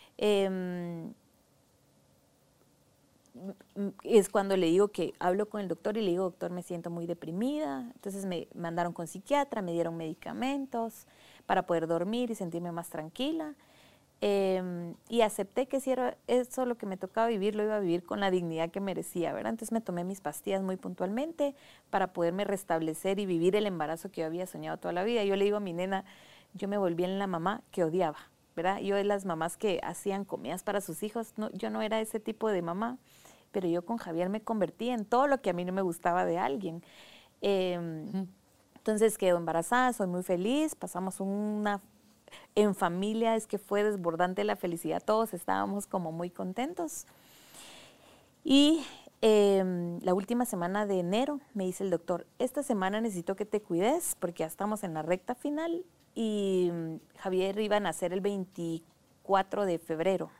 es cuando le digo que hablo con el doctor y le digo, doctor, me siento muy deprimida. Entonces me mandaron con psiquiatra, me dieron medicamentos para poder dormir y sentirme más tranquila. Y acepté que si era eso lo que me tocaba vivir, lo iba a vivir con la dignidad que merecía, ¿verdad? Entonces me tomé mis pastillas muy puntualmente para poderme restablecer y vivir el embarazo que yo había soñado toda la vida. Yo le digo a mi nena, yo me volví en la mamá que odiaba, ¿verdad? Yo de las mamás que hacían comidas para sus hijos, no, yo no era ese tipo de mamá, pero yo con Javier me convertí en todo lo que a mí no me gustaba de alguien. Entonces quedo embarazada, soy muy feliz, pasamos en familia, es que fue desbordante la felicidad, todos estábamos como muy contentos. Y la última semana de enero me dice el doctor, esta semana necesito que te cuides porque ya estamos en la recta final y Javier iba a nacer el 24 de febrero.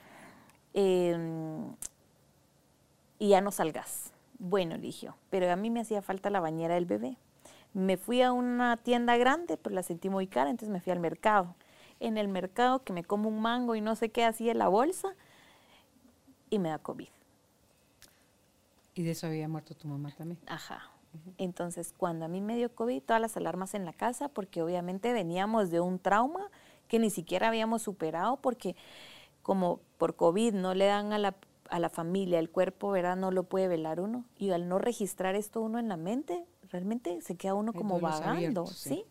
Y ya no salgas. Bueno, eligió, pero a mí me hacía falta la bañera del bebé. Me fui a una tienda grande, pero la sentí muy cara, entonces me fui al mercado. En el mercado que me como un mango y no sé qué hacía en la bolsa y me da COVID. ¿Y de eso había muerto tu mamá también? Ajá. Entonces, cuando a mí me dio COVID, todas las alarmas en la casa, porque obviamente veníamos de un trauma que ni siquiera habíamos superado, porque como por COVID no le dan a la familia, el cuerpo, ¿verdad? No lo puede velar uno. Y al no registrar esto uno en la mente, realmente se queda uno como vagando, abiertos, ¿sí?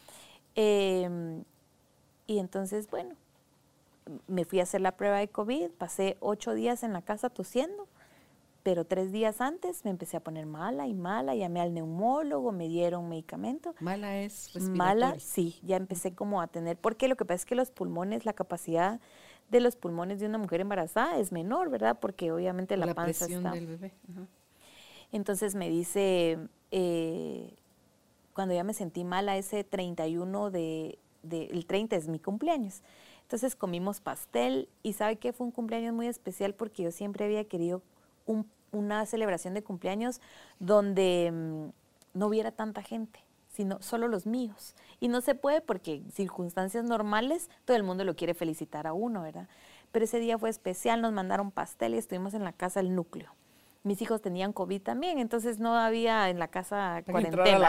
Y entonces, bueno, me fui a hacer la prueba de COVID, pasé 8 días en la casa tosiendo, pero 3 días antes me empecé a poner mala, llamé al neumólogo, me dieron medicamento. ¿Mala es respiratoria? Mala, sí, ya empecé como a tener, porque lo que pasa es que los pulmones, la capacidad de los pulmones de una mujer embarazada es menor, ¿verdad? Porque obviamente la panza presión está... del bebé. Ajá. Entonces me dice, cuando ya me sentí mala, ese 31 el 30 es mi cumpleaños. Entonces comimos pastel y ¿sabe qué? Fue un cumpleaños muy especial porque yo siempre había querido una celebración de cumpleaños donde no hubiera tanta gente, sino solo los míos. Y no se puede porque en circunstancias normales todo el mundo lo quiere felicitar a uno, ¿verdad? Pero ese día fue especial, nos mandaron pastel y estuvimos en la casa del núcleo. Mis hijos tenían COVID también, entonces no había en la casa cuarentena.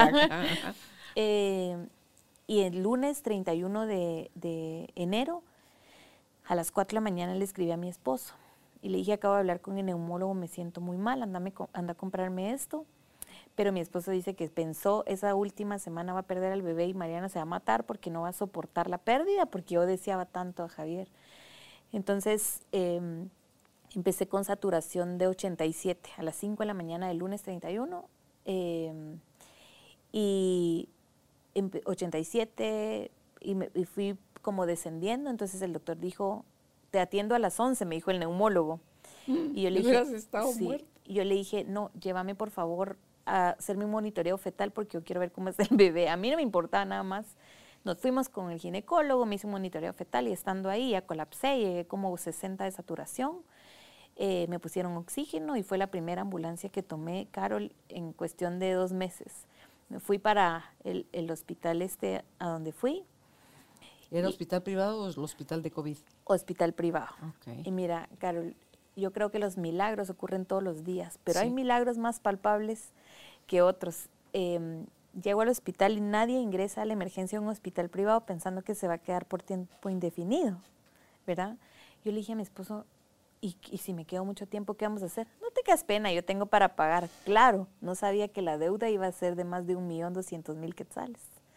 Y el lunes 31 de enero, a las 4 de la mañana le escribí a mi esposo y le dije, acabo de hablar con el neumólogo, me siento muy mal, anda a comprarme esto. Pero mi esposo dice que pensó esa última semana va a perder al bebé y Mariana se va a matar porque no va a soportar la pérdida, porque yo deseaba tanto a Javier. Entonces, empecé con saturación de 87 a las 5 de la mañana del lunes 31. Y 87 y fui como descendiendo. Entonces el doctor dijo, te atiendo a las 11, me dijo el neumólogo. Y yo le dije, estado muerto. Y yo le dije, no, llévame por favor a hacerme un monitoreo fetal porque yo quiero ver cómo es el bebé. A mí no me importaba nada más. Nos fuimos con el ginecólogo, me hice un monitoreo fetal y estando ahí ya colapsé, llegué como 60 de saturación. Me pusieron oxígeno y fue la primera ambulancia que tomé, Carol, en cuestión de 2 meses. Me fui para el hospital a donde fui. ¿Era hospital privado o el hospital de COVID? Hospital privado. Okay. Y mira, Carol, yo creo que los milagros ocurren todos los días, pero sí. hay milagros más palpables que otros. Llego al hospital y nadie ingresa a la emergencia de un hospital privado pensando que se va a quedar por tiempo indefinido, ¿verdad? Yo le dije a mi esposo, ¿y si me quedo mucho tiempo, qué vamos a hacer? No te quedas pena, yo tengo para pagar. Claro, no sabía que la deuda iba a ser de más de 1.200.000 quetzales.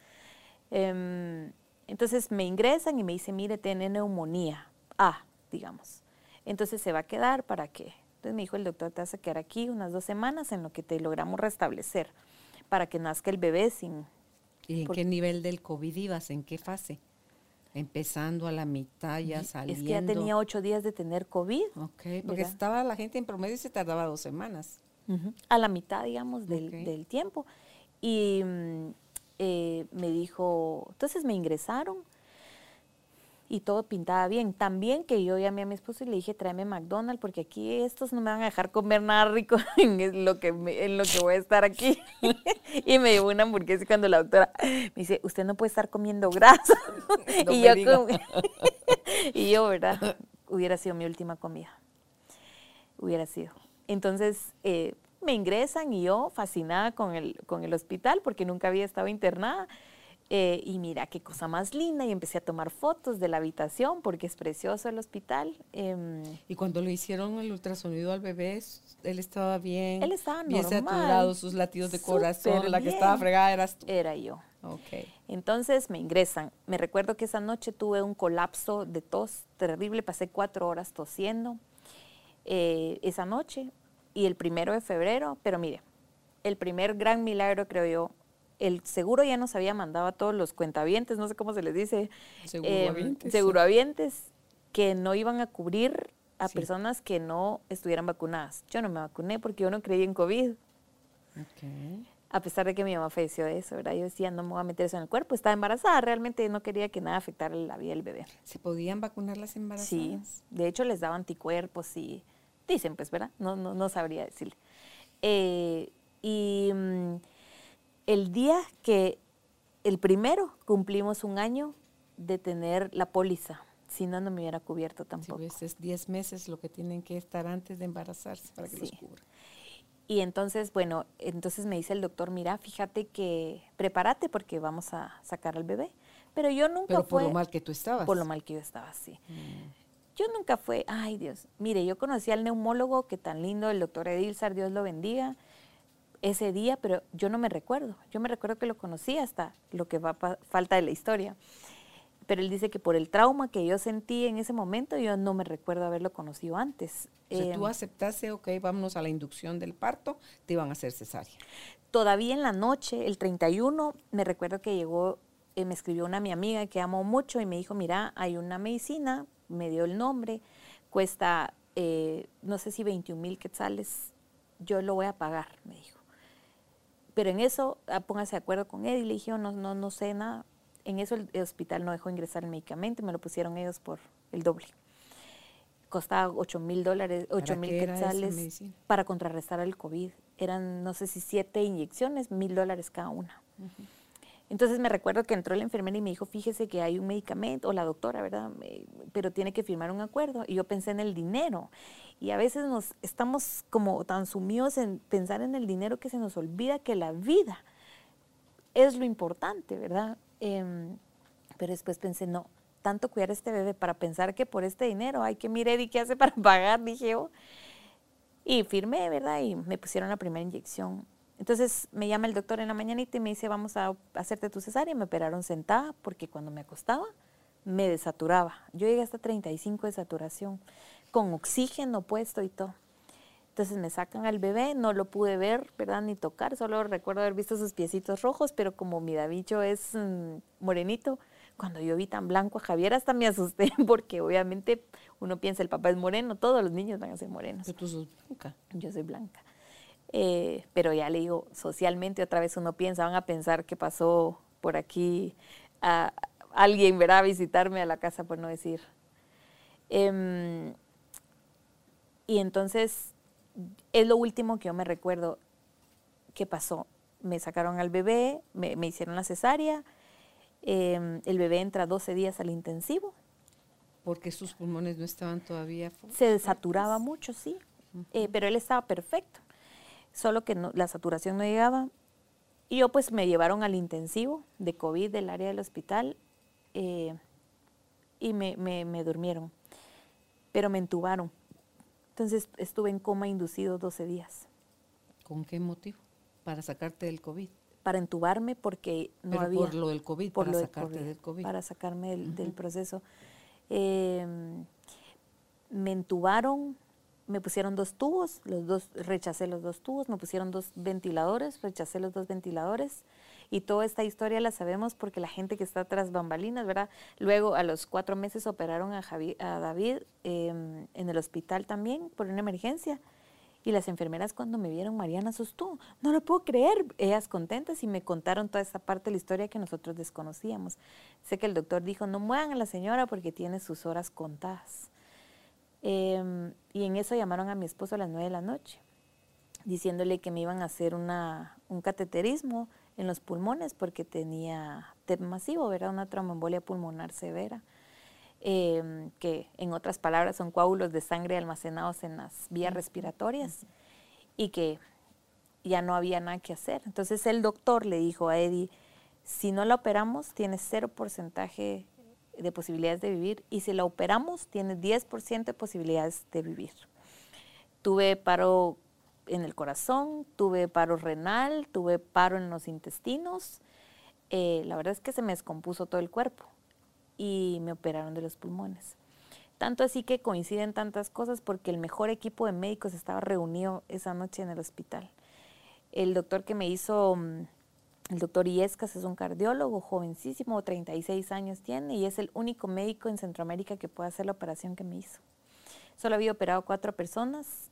Entonces me ingresan y me dicen, mire, tiene neumonía. Digamos. Entonces se va a quedar, ¿para qué? Entonces me dijo el doctor, te vas a quedar aquí unas 2 semanas en lo que te logramos restablecer para que nazca el bebé sin... ¿Y en qué nivel del COVID ibas? ¿En qué fase? Empezando a la mitad, ya saliendo. Es que ya tenía 8 días de tener COVID. Ok, porque estaba la gente en promedio y se tardaba 2 semanas. A la mitad, digamos, del tiempo. Y me dijo, entonces me ingresaron y todo pintaba bien. También que yo llamé a mi esposo y le dije, tráeme McDonald's porque aquí estos no me van a dejar comer nada rico en lo que voy a estar aquí. Y me llevó una hamburguesa y cuando la doctora me dice, usted no puede estar comiendo grasa. No y yo, ¿verdad? Hubiera sido mi última comida. Hubiera sido. Entonces, me ingresan y yo fascinada con el hospital porque nunca había estado internada. Y mira qué cosa más linda, y empecé a tomar fotos de la habitación porque es precioso el hospital. Y cuando le hicieron el ultrasonido al bebé, él estaba bien. Él estaba bien normal, saturado, sus latidos de corazón, bien. la que estaba fregada eras tú. Era yo. Okay. Entonces me ingresan. Me recuerdo que esa noche tuve un colapso de tos terrible, pasé 4 horas tosiendo esa noche y el 1 de febrero, pero mire, el primer gran milagro, creo yo, el seguro ya nos había mandado a todos los cuentavientes, no sé cómo se les dice, segurohabientes, que no iban a cubrir a personas que no estuvieran vacunadas. Yo no me vacuné porque yo no creí en COVID. Okay. A pesar de que mi mamá falleció de eso, ¿verdad? Yo decía, no me voy a meter eso en el cuerpo. Estaba embarazada, realmente no quería que nada afectara la vida del bebé. ¿Se podían vacunar las embarazadas? Sí, de hecho les daba anticuerpos y dicen, pues, ¿verdad? No sabría decirle. El día que, el 1 cumplimos 1 año de tener la póliza, si no, no me hubiera cubierto tampoco. Sí, es 10 meses lo que tienen que estar antes de embarazarse para que los cubra. Y entonces, bueno, me dice el doctor, mira, fíjate que prepárate porque vamos a sacar al bebé. Pero yo nunca por lo mal que tú estabas. Por lo mal que yo estaba, sí. Yo nunca fue, ay Dios, mire, yo conocí al neumólogo, que tan lindo, el doctor Edilzar, Dios lo bendiga, ese día, pero yo no me recuerdo. Yo me recuerdo que lo conocí hasta lo que falta de la historia. Pero él dice que por el trauma que yo sentí en ese momento, yo no me recuerdo haberlo conocido antes. O sea, tú aceptaste, ok, vámonos a la inducción del parto, te iban a hacer cesárea. Todavía en la noche, el 31, me recuerdo que llegó, me escribió mi amiga que amo mucho y me dijo, mira, hay una medicina, me dio el nombre, cuesta, no sé si 21,000 quetzales, yo lo voy a pagar, me dijo. Pero en eso, póngase de acuerdo con él y le dije, no sé nada. En eso el hospital no dejó ingresar el medicamento, me lo pusieron ellos por el doble. Costaba $8,000, 8,000 quetzales para contrarrestar el COVID. Eran, no sé si 7 inyecciones, $1,000 cada una. Entonces me recuerdo que entró la enfermera y me dijo, fíjese que hay un medicamento, o la doctora, ¿verdad? Pero tiene que firmar un acuerdo. Y yo pensé en el dinero. Y a veces estamos como tan sumidos en pensar en el dinero que se nos olvida que la vida es lo importante, ¿verdad? Pero después pensé, no, tanto cuidar a este bebé para pensar que por este dinero hay que mirar y qué hace para pagar, dije yo. Y firmé, ¿verdad? Y me pusieron la primera inyección. Entonces me llama el doctor en la mañanita y me dice, vamos a hacerte tu cesárea. Me operaron sentada porque cuando me acostaba me desaturaba. Yo llegué hasta 35 de saturación, con oxígeno puesto y todo. Entonces me sacan al bebé, no lo pude ver, ¿verdad? Ni tocar, solo recuerdo haber visto sus piecitos rojos, pero como mi Davicho es morenito, cuando yo vi tan blanco a Javier hasta me asusté, porque obviamente uno piensa el papá es moreno, todos los niños van a ser morenos. Pero tú sos blanca. Yo soy blanca. Pero ya le digo, socialmente otra vez uno piensa, van a pensar que pasó por aquí alguien, ¿verdad? A visitarme a la casa, por no decir. Y entonces es lo último que yo me recuerdo que pasó. Me sacaron al bebé, me hicieron la cesárea, el bebé entra 12 días al intensivo. Porque sus pulmones no estaban todavía fuertes. Se desaturaba mucho, sí, pero él estaba perfecto, solo que la saturación no llegaba. Y yo pues me llevaron al intensivo de COVID del área del hospital y me durmieron, pero me entubaron. Entonces estuve en coma inducido 12 días. ¿Con qué motivo? Para sacarte del COVID. Para entubarme porque no pero había. Por lo del COVID, por para lo sacarte COVID, del COVID. Para sacarme del proceso. Me entubaron, me pusieron 2 tubos, rechacé los 2 tubos, me pusieron 2 ventiladores, rechacé los 2 ventiladores. Y toda esta historia la sabemos porque la gente que está tras bambalinas, ¿verdad? Luego a los 4 meses operaron a David en el hospital también por una emergencia. Y las enfermeras cuando me vieron, Mariana asustó, no lo puedo creer, ellas contentas y me contaron toda esa parte de la historia que nosotros desconocíamos. Sé que el doctor dijo, no muevan a la señora porque tiene sus horas contadas. Y en eso llamaron a mi esposo a las 9 de la noche, diciéndole que me iban a hacer un cateterismo en los pulmones porque tenía TEP masivo, ¿verdad? Una tromboembolia pulmonar severa. Que en otras palabras son coágulos de sangre almacenados en las vías respiratorias y que ya no había nada que hacer. Entonces el doctor le dijo a Eddie, si no la operamos tienes 0% de posibilidades de vivir y si la operamos tienes 10% de posibilidades de vivir. Tuve paro en el corazón, tuve paro renal, tuve paro en los intestinos. La verdad es que se me descompuso todo el cuerpo. Y me operaron de los pulmones. Tanto así que coinciden tantas cosas porque el mejor equipo de médicos estaba reunido esa noche en el hospital. El doctor que me hizo, el doctor Iescas, es un cardiólogo jovencísimo, 36 años tiene, y es el único médico en Centroamérica que puede hacer la operación que me hizo. Solo había operado 4 personas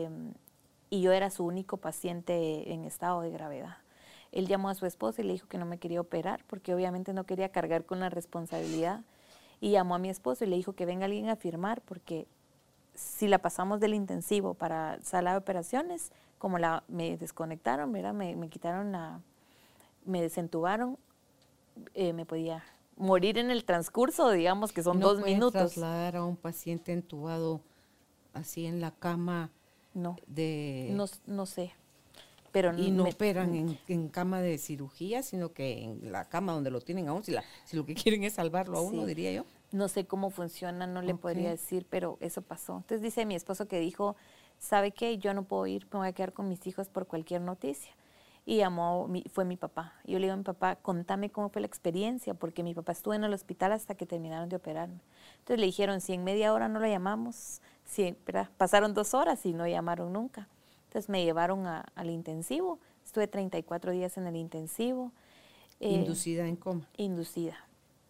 y yo era su único paciente en estado de gravedad. Él llamó a su esposa y le dijo que no me quería operar porque obviamente no quería cargar con la responsabilidad. Y llamó a mi esposo y le dijo que venga alguien a firmar porque si la pasamos del intensivo para sala de operaciones, como me desconectaron, ¿verdad? Me quitaron me desentubaron, me podía morir en el transcurso, digamos que son 2 minutos. ¿No puedes trasladar a un paciente entubado así en la cama? No, no sé. Pero y no operan en cama de cirugía, sino que en la cama donde lo tienen aún, si lo que quieren es salvarlo a uno, diría yo. No sé cómo funciona, no le podría decir, pero eso pasó. Entonces dice mi esposo que dijo, ¿sabe qué? Yo no puedo ir, me voy a quedar con mis hijos por cualquier noticia. Y fue mi papá. Yo le digo a mi papá, contame cómo fue la experiencia, porque mi papá estuvo en el hospital hasta que terminaron de operarme. Entonces le dijeron, si en media hora no lo llamamos, ¿verdad? Pasaron 2 horas y no llamaron nunca. Entonces me llevaron al intensivo, estuve 34 días en el intensivo. ¿Inducida en coma? Inducida.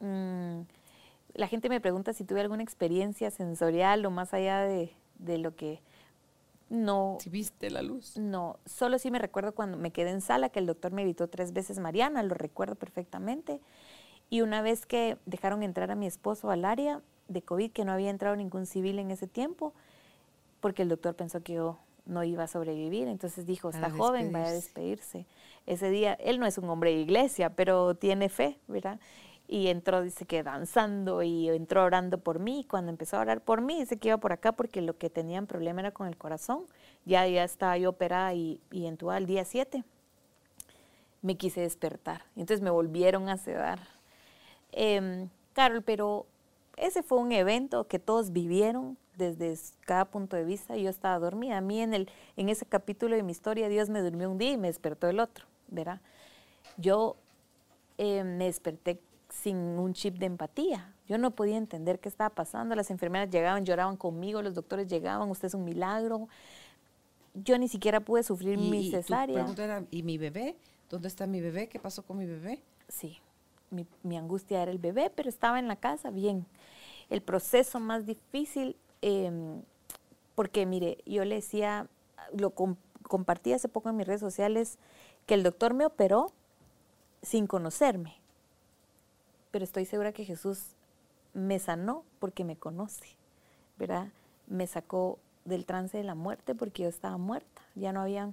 La gente me pregunta si tuve alguna experiencia sensorial o más allá de lo que... No. ¿Si viste la luz? No, solo sí me recuerdo cuando me quedé en sala que el doctor me gritó 3 veces Mariana, lo recuerdo perfectamente. Y una vez que dejaron entrar a mi esposo al área de COVID, que no había entrado ningún civil en ese tiempo, porque el doctor pensó que yo no iba a sobrevivir, entonces dijo, está joven, vaya a despedirse. Ese día, él no es un hombre de iglesia, pero tiene fe, ¿verdad? Y entró, dice que danzando, y entró orando por mí, y cuando empezó a orar por mí, dice que iba por acá porque lo que tenía en problema era con el corazón, ya estaba yo operada y entubada al día 7. Me quise despertar, entonces me volvieron a sedar. Carol, pero ese fue un evento que todos vivieron, desde cada punto de vista. Yo estaba dormida. A mí en ese capítulo de mi historia, Dios me durmió un día y me despertó el otro, ¿verdad? Yo me desperté sin un chip de empatía. Yo no podía entender qué estaba pasando. Las enfermeras llegaban, lloraban conmigo, los doctores llegaban, usted es un milagro. Yo ni siquiera pude sufrir mi cesárea. Tu pregunta era, ¿y mi bebé? ¿Dónde está mi bebé? ¿Qué pasó con mi bebé? Sí, mi angustia era el bebé, pero estaba en la casa, bien. El proceso más difícil, porque mire, yo le decía, compartí hace poco en mis redes sociales, que el doctor me operó sin conocerme, pero estoy segura que Jesús me sanó porque me conoce, ¿verdad? Me sacó del trance de la muerte porque yo estaba muerta, ya no había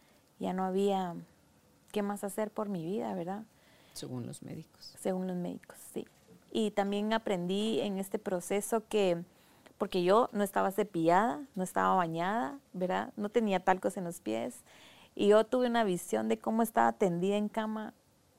qué más hacer por mi vida, ¿verdad? Según los médicos. Según los médicos, sí. Y también aprendí en este proceso porque yo no estaba cepillada, no estaba bañada, ¿verdad? No tenía talcos en los pies. Y yo tuve una visión de cómo estaba tendida en cama.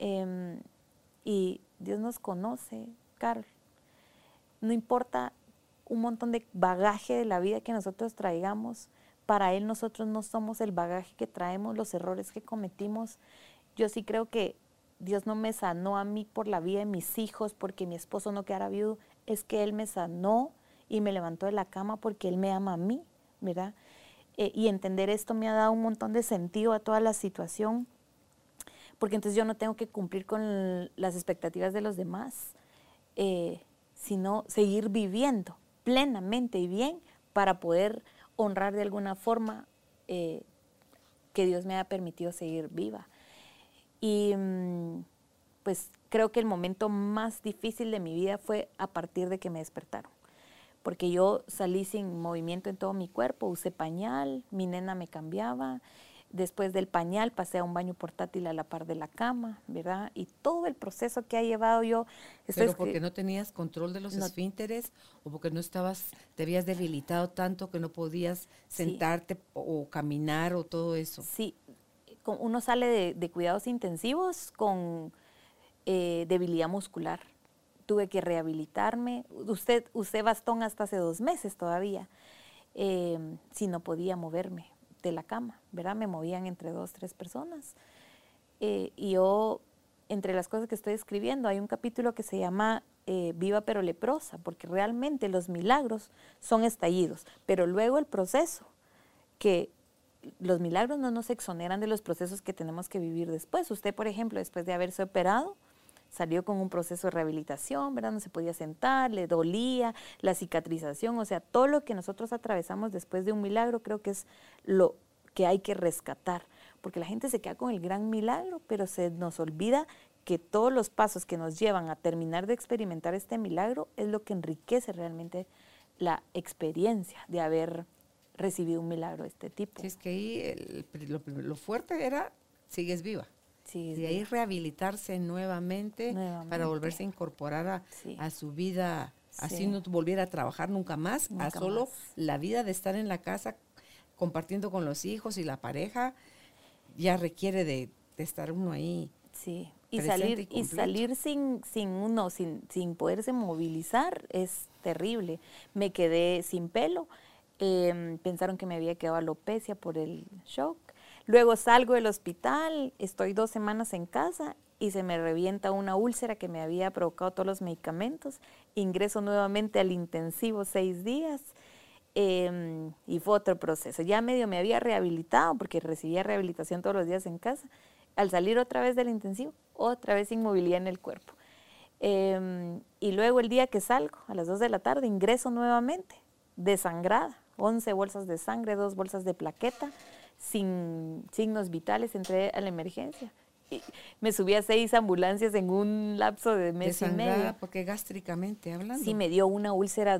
Y Dios nos conoce, Carol. No importa un montón de bagaje de la vida que nosotros traigamos, para Él nosotros no somos el bagaje que traemos, los errores que cometimos. Yo sí creo que Dios no me sanó a mí por la vida de mis hijos, porque mi esposo no quedara viudo, es que Él me sanó y me levantó de la cama porque Él me ama a mí, ¿verdad? Y entender esto me ha dado un montón de sentido a toda la situación, porque entonces yo no tengo que cumplir con las expectativas de los demás, sino seguir viviendo plenamente y bien para poder honrar de alguna forma que Dios me haya permitido seguir viva. Y pues creo que el momento más difícil de mi vida fue a partir de que me despertaron, porque yo salí sin movimiento en todo mi cuerpo, usé pañal, mi nena me cambiaba, después del pañal pasé a un baño portátil a la par de la cama, ¿verdad? Y todo el proceso que ha llevado yo. ¿Pero porque no tenías control de los esfínteres o porque te habías debilitado tanto que no podías sentarte o caminar o todo eso? Sí, uno sale de cuidados intensivos con debilidad muscular. Tuve que rehabilitarme. Usé bastón hasta hace 2 meses todavía, si no podía moverme de la cama, ¿verdad? Me movían entre 2, 3 personas. Y yo, entre las cosas que estoy escribiendo, hay un capítulo que se llama Viva pero leprosa, porque realmente los milagros son estallidos, pero luego el proceso, que los milagros no nos exoneran de los procesos que tenemos que vivir después. Usted, por ejemplo, después de haberse operado, salió con un proceso de rehabilitación, ¿verdad? No se podía sentar, le dolía, la cicatrización, o sea, todo lo que nosotros atravesamos después de un milagro creo que es lo que hay que rescatar, porque la gente se queda con el gran milagro, pero se nos olvida que todos los pasos que nos llevan a terminar de experimentar este milagro es lo que enriquece realmente la experiencia de haber recibido un milagro de este tipo. Sí, es que ahí lo fuerte era, sigues viva. Sí, de ahí rehabilitarse nuevamente para volverse a incorporar a su vida, así no volviera a trabajar nunca más, solo la vida de estar en la casa compartiendo con los hijos y la pareja, ya requiere de estar uno ahí. Sí, y salir sin poderse movilizar es terrible. Me quedé sin pelo, pensaron que me había quedado alopecia por el shock. Luego salgo del hospital, estoy 2 semanas en casa y se me revienta una úlcera que me había provocado todos los medicamentos. Ingreso nuevamente al intensivo 6 días y fue otro proceso. Ya medio me había rehabilitado porque recibía rehabilitación todos los días en casa. Al salir otra vez del intensivo, otra vez inmovilidad en el cuerpo. Y luego el día que salgo, a las 2 de la tarde, ingreso nuevamente, desangrada, 11 bolsas de sangre, 2 bolsas de plaqueta, sin signos vitales, entré a la emergencia. Y me subí a 6 ambulancias en un lapso de mes y medio. Porque gástricamente hablando. Sí, me dio una úlcera,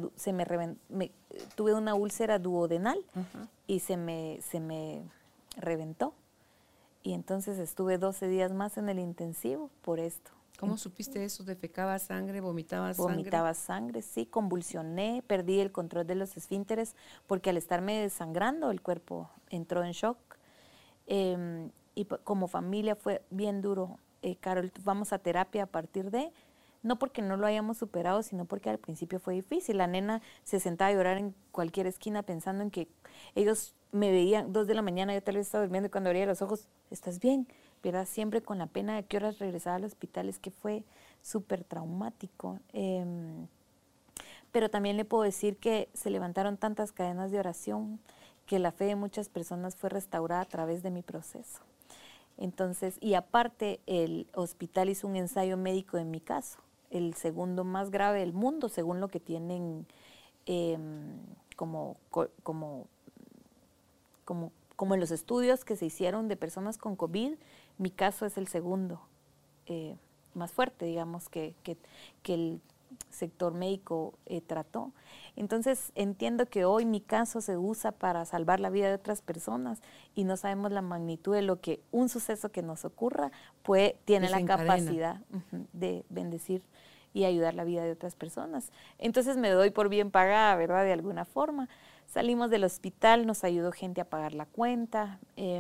tuve una úlcera duodenal y se me reventó. Y entonces estuve 12 días más en el intensivo por esto. ¿Cómo supiste eso? ¿Defecaba sangre, vomitaba sangre? Vomitaba sangre, sí, convulsioné, perdí el control de los esfínteres porque al estarme desangrando el cuerpo entró en shock. Y como familia fue bien duro. Carol, vamos a terapia a partir de no porque no lo hayamos superado, sino porque al principio fue difícil. La nena se sentaba a llorar en cualquier esquina pensando en que ellos me veían 2 de la mañana, yo tal vez estaba durmiendo y cuando abría los ojos, ¿estás bien? ¿Verdad? Siempre con la pena de qué horas regresaba al hospital, es que fue súper traumático. Pero también le puedo decir que se levantaron tantas cadenas de oración que la fe de muchas personas fue restaurada a través de mi proceso. Entonces, y aparte, el hospital hizo un ensayo médico en mi caso, el segundo más grave del mundo, según lo que tienen como en los estudios que se hicieron de personas con COVID, mi caso es el segundo más fuerte, digamos, que el sector médico trató. Entonces entiendo que hoy mi caso se usa para salvar la vida de otras personas y no sabemos la magnitud de lo que un suceso que nos ocurra tiene la capacidad de bendecir y ayudar la vida de otras personas. Entonces me doy por bien pagada, ¿verdad? De alguna forma. Salimos del hospital, nos ayudó gente a pagar la cuenta.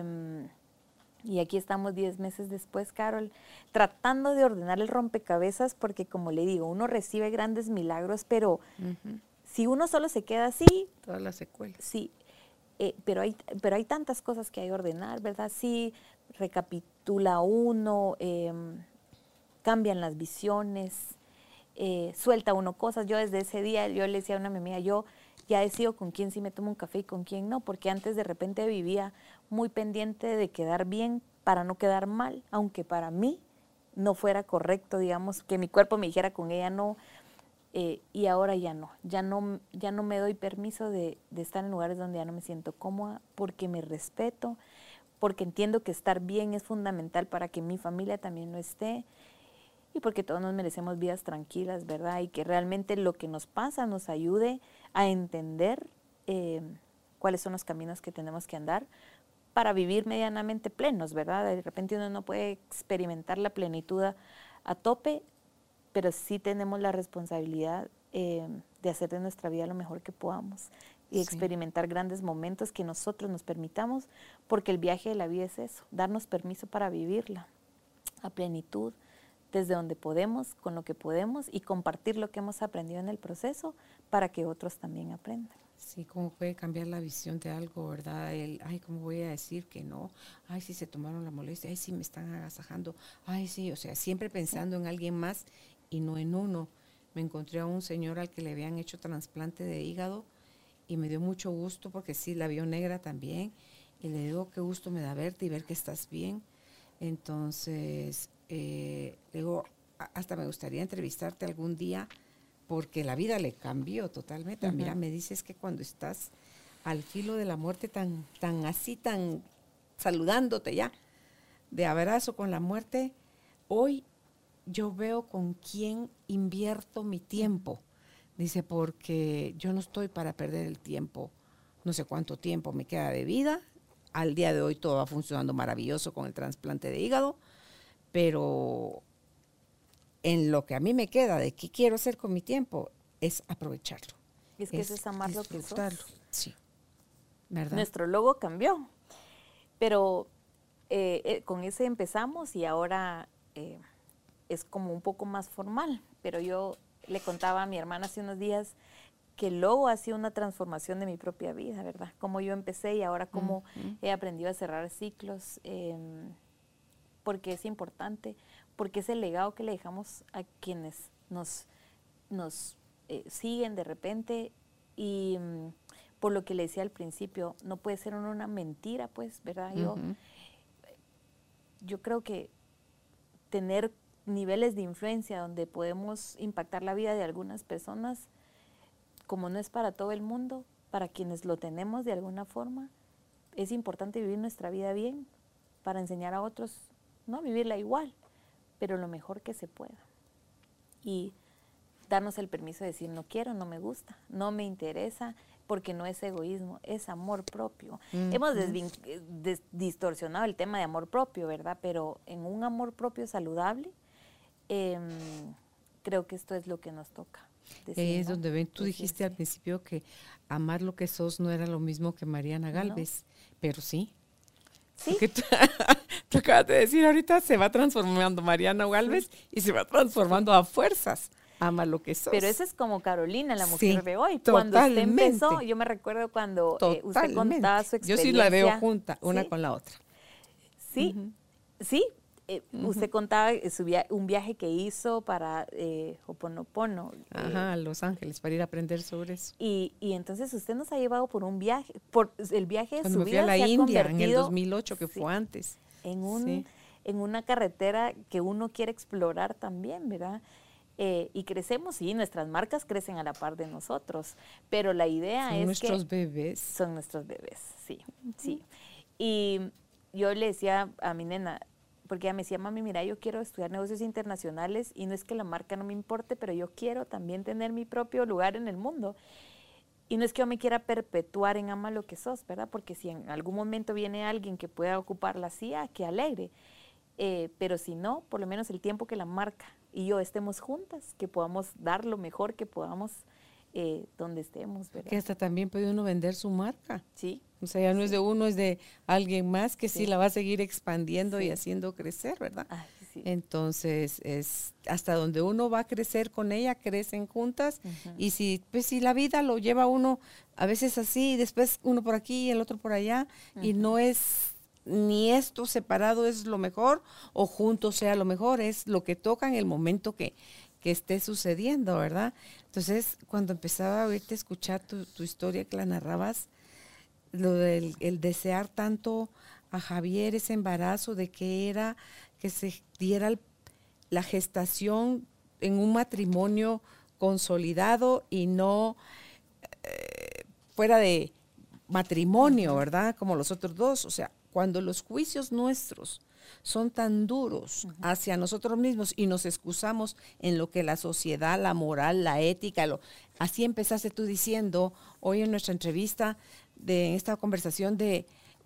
Y aquí estamos 10 meses después, Carol, tratando de ordenar el rompecabezas porque, como le digo, uno recibe grandes milagros, pero si uno solo se queda así... Todas las secuelas. Sí, pero hay tantas cosas que hay que ordenar, ¿verdad? Sí, recapitula uno, cambian las visiones, suelta uno cosas. Yo desde ese día, yo le decía a una amiga, yo ya decido con quién sí me tomo un café y con quién no, porque antes de repente vivía muy pendiente de quedar bien para no quedar mal, aunque para mí no fuera correcto, digamos, que mi cuerpo me dijera con ella no, y ahora ya no me doy permiso de estar en lugares donde ya no me siento cómoda, porque me respeto, porque entiendo que estar bien es fundamental para que mi familia también lo esté, y porque todos nos merecemos vidas tranquilas, ¿verdad? Y que realmente lo que nos pasa nos ayude a entender cuáles son los caminos que tenemos que andar para vivir medianamente plenos, ¿verdad? De repente uno no puede experimentar la plenitud a tope, pero sí tenemos la responsabilidad de hacer de nuestra vida lo mejor que podamos y experimentar grandes momentos que nosotros nos permitamos, porque el viaje de la vida es eso, darnos permiso para vivirla a plenitud, desde donde podemos, con lo que podemos, y compartir lo que hemos aprendido en el proceso para que otros también aprendan. Sí, cómo puede cambiar la visión de algo, ¿verdad? Ay, ¿cómo voy a decir que no? Ay, sí se tomaron la molestia, ay, sí me están agasajando, ay, sí, o sea, siempre pensando en alguien más y no en uno. Me encontré a un señor al que le habían hecho trasplante de hígado y me dio mucho gusto porque sí, la vio negra también, y le digo, qué gusto me da verte y ver que estás bien. Entonces, le digo, hasta me gustaría entrevistarte algún día porque la vida le cambió totalmente. Uh-huh. Mira, me dices que cuando estás al filo de la muerte tan saludándote ya, de abrazo con la muerte, hoy yo veo con quién invierto mi tiempo. Dice, porque yo no estoy para perder el tiempo, no sé cuánto tiempo me queda de vida. Al día de hoy todo va funcionando maravilloso con el trasplante de hígado, pero en lo que a mí me queda de qué quiero hacer con mi tiempo es aprovecharlo. Y es que eso es amar lo que sos. Sí, ¿verdad? Nuestro logo cambió, pero con ese empezamos y ahora es como un poco más formal. Pero yo le contaba a mi hermana hace unos días que el logo ha sido una transformación de mi propia vida, ¿verdad? Como yo empecé y ahora como he aprendido a cerrar ciclos, porque es importante, porque es el legado que le dejamos a quienes nos siguen de repente, y por lo que le decía al principio, no puede ser una mentira, pues, ¿verdad? Yo creo que tener niveles de influencia donde podemos impactar la vida de algunas personas, como no es para todo el mundo, para quienes lo tenemos de alguna forma, es importante vivir nuestra vida bien para enseñar a otros, no vivirla igual, pero lo mejor que se pueda. Y darnos el permiso de decir no quiero, no me gusta, no me interesa, porque no es egoísmo, es amor propio. Hemos distorsionado el tema de amor propio, ¿verdad? Pero en un amor propio saludable, creo que esto es lo que nos toca. Es ¿no? Donde ven, tú dijiste al principio que amar lo que sos no era lo mismo que Mariana Gálvez, pero sí. Sí. Tú acabas de decir ahorita, se va transformando Mariana Galvez y se va transformando a fuerzas. Ama lo que sos. Pero eso es como Carolina, la mujer de hoy. Totalmente. Cuando usted empezó, yo me recuerdo cuando usted contaba su experiencia. Yo sí la veo junta, una con la otra. Sí, sí. Usted contaba un viaje que hizo para Ho'oponopono. Ajá, a Los Ángeles, para ir a aprender sobre eso. Y entonces usted nos ha llevado por un viaje, el viaje de Cuando su me fui vida a la se ha India en el convertido, 2008, que fue antes. En una carretera que uno quiere explorar también, ¿verdad? Y crecemos, sí, nuestras marcas crecen a la par de nosotros, pero la idea es que... Son nuestros bebés. Son nuestros bebés, sí, sí. Y yo le decía a mi nena, porque ella me decía, mami, mira, yo quiero estudiar negocios internacionales y no es que la marca no me importe, pero yo quiero también tener mi propio lugar en el mundo. Y no es que yo me quiera perpetuar en ama lo que sos, ¿verdad? Porque si en algún momento viene alguien que pueda ocupar la CIA, qué alegre. Pero si no, por lo menos el tiempo que la marca y yo estemos juntas, que podamos dar lo mejor que podamos donde estemos, ¿verdad? Que hasta también puede uno vender su marca. Sí. O sea, ya no es de uno, es de alguien más que sí la va a seguir expandiendo y haciendo crecer, ¿verdad? Ay, sí. Entonces, es hasta donde uno va a crecer con ella, crecen juntas. Y si la vida lo lleva uno a veces así, y después uno por aquí y el otro por allá, y no es ni esto separado es lo mejor o juntos sea lo mejor, es lo que toca en el momento que esté sucediendo, ¿verdad? Entonces, cuando empezaba a oírte escuchar tu historia que la narrabas, lo del el desear tanto a Javier ese embarazo, de que era que se diera la gestación en un matrimonio consolidado y no fuera de matrimonio, ¿verdad? Como los otros dos. O sea, cuando los juicios nuestros son tan duros hacia nosotros mismos y nos excusamos en lo que la sociedad, la moral, la ética, así empezaste tú diciendo hoy en nuestra entrevista, en esta conversación de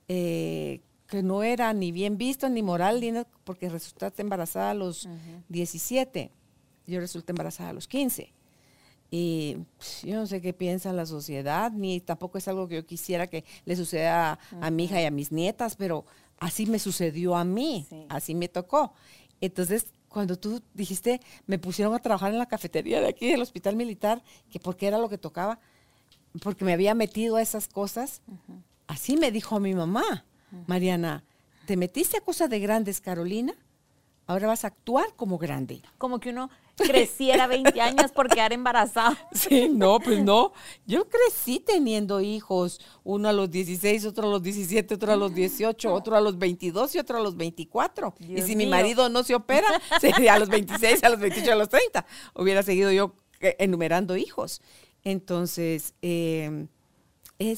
que no era ni bien visto, ni moral, ni nada, porque resultaste embarazada a los 17. Yo resulté embarazada a los 15. Y yo no sé qué piensa la sociedad, ni tampoco es algo que yo quisiera que le suceda a mi hija y a mis nietas, pero así me sucedió a mí, así me tocó. Entonces, cuando tú dijiste, me pusieron a trabajar en la cafetería de aquí del Hospital Militar, que porque era lo que tocaba, porque me había metido a esas cosas, así me dijo mi mamá, Mariana, ¿te metiste a cosas de grandes, Carolina? Ahora vas a actuar como grande. Como que uno creciera 20 años por quedar embarazada. Sí, no, pues no. Yo crecí teniendo hijos, uno a los 16, otro a los 17, otro a los 18, otro a los 22 y otro a los 24. Dios y si mío. mi marido no se opera, sería a los 26, a los 28, a los 30. Hubiera seguido yo enumerando hijos. Entonces, es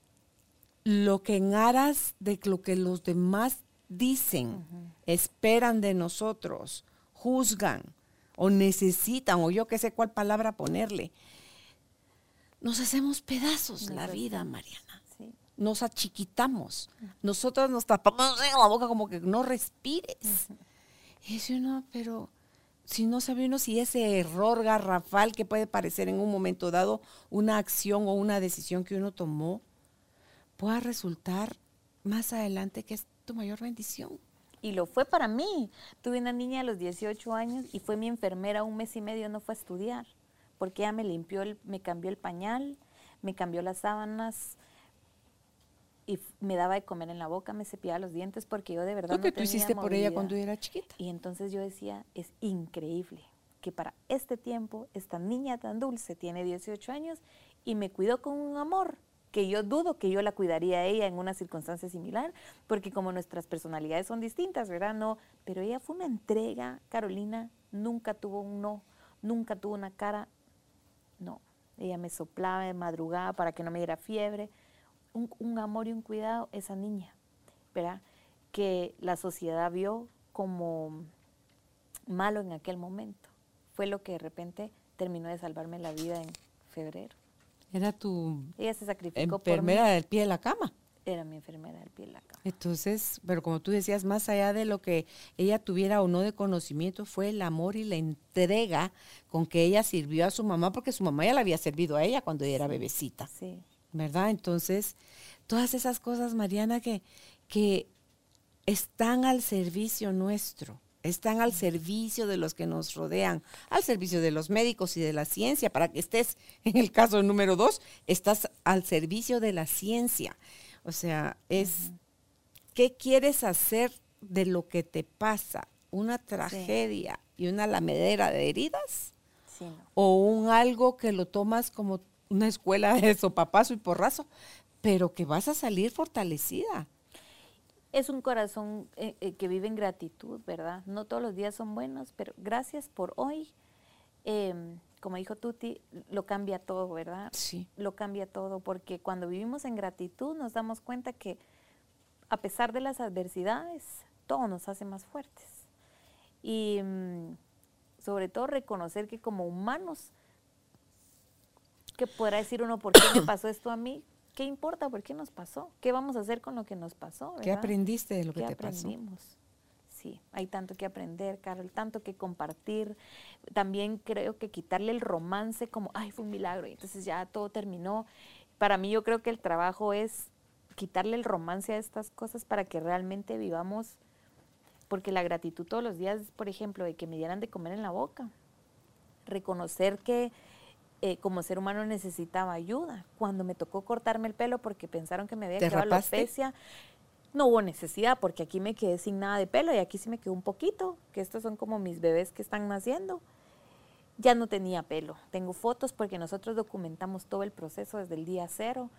lo que en aras de lo que los demás dicen, esperan de nosotros, juzgan o necesitan, o yo qué sé cuál palabra ponerle. Nos hacemos pedazos la vida, Mariana. Sí. Nos achiquitamos. Nosotros nos tapamos la boca como que no respires. Y dice uno, pero si no sabe uno si ese error garrafal que puede parecer en un momento dado una acción o una decisión que uno tomó, pueda resultar más adelante que es tu mayor bendición. Y lo fue para mí. Tuve una niña a los 18 años y fue mi enfermera 1 mes y medio, no fue a estudiar, porque ella me limpió, me cambió el pañal, me cambió las sábanas y me daba de comer en la boca, me cepillaba los dientes, porque yo de verdad ¿Tú qué no tú tenía hiciste por movilidad. ella cuando era chiquita? Y entonces yo decía, es increíble que para este tiempo, esta niña tan dulce tiene 18 años y me cuidó con un amor que yo dudo que yo la cuidaría a ella en una circunstancia similar, porque como nuestras personalidades son distintas, ¿verdad? No, pero ella fue una entrega, Carolina, nunca tuvo un no, nunca tuvo una cara, no. Ella me soplaba de madrugada para que no me diera fiebre. Un amor y un cuidado, esa niña, ¿verdad? Que la sociedad vio como malo en aquel momento. Fue lo que de repente terminó de salvarme la vida en febrero. Era tu Ella se sacrificó enfermera por mí. del pie de la cama. Era mi enfermera del pie de la cama. Entonces, pero como tú decías, más allá de lo que ella tuviera o no de conocimiento, fue el amor y la entrega con que ella sirvió a su mamá, porque su mamá ya la había servido a ella cuando ella era bebecita. Sí. ¿Verdad? Entonces, todas esas cosas, Mariana, que están al servicio nuestro, están al servicio de los que nos rodean, al servicio de los médicos y de la ciencia. Para que estés en el caso número 2, estás al servicio de la ciencia. O sea, ¿qué quieres hacer de lo que te pasa? ¿Una tragedia y una lamedera de heridas? Sí, no. ¿O un algo que lo tomas como una escuela de sopapazo y porrazo, pero que vas a salir fortalecida? Es un corazón que vive en gratitud, ¿verdad? No todos los días son buenos, pero gracias por hoy. Como dijo Tuti, lo cambia todo, ¿verdad? Sí. Lo cambia todo, porque cuando vivimos en gratitud nos damos cuenta que a pesar de las adversidades, todo nos hace más fuertes. Y sobre todo reconocer que como humanos, ¿qué podrá decir uno? ¿Por qué me pasó esto a mí? ¿Qué importa? ¿Por qué nos pasó? ¿Qué vamos a hacer con lo que nos pasó? ¿Verdad? ¿Qué aprendiste de lo que ¿Qué te aprendimos? Sí, hay tanto que aprender, Carol, tanto que compartir. También creo que quitarle el romance como, ay, fue un milagro, y entonces ya todo terminó. Para mí yo creo que el trabajo es quitarle el romance a estas cosas para que realmente vivamos, porque la gratitud todos los días, por ejemplo, de que me dieran de comer en la boca, reconocer que como ser humano necesitaba ayuda. Cuando me tocó cortarme el pelo porque pensaron que me había quedado alopecia, no hubo necesidad porque aquí me quedé sin nada de pelo y aquí sí me quedó un poquito, que estos son como mis bebés que están naciendo. Ya no tenía pelo. Tengo fotos porque nosotros documentamos todo el proceso desde el día 0.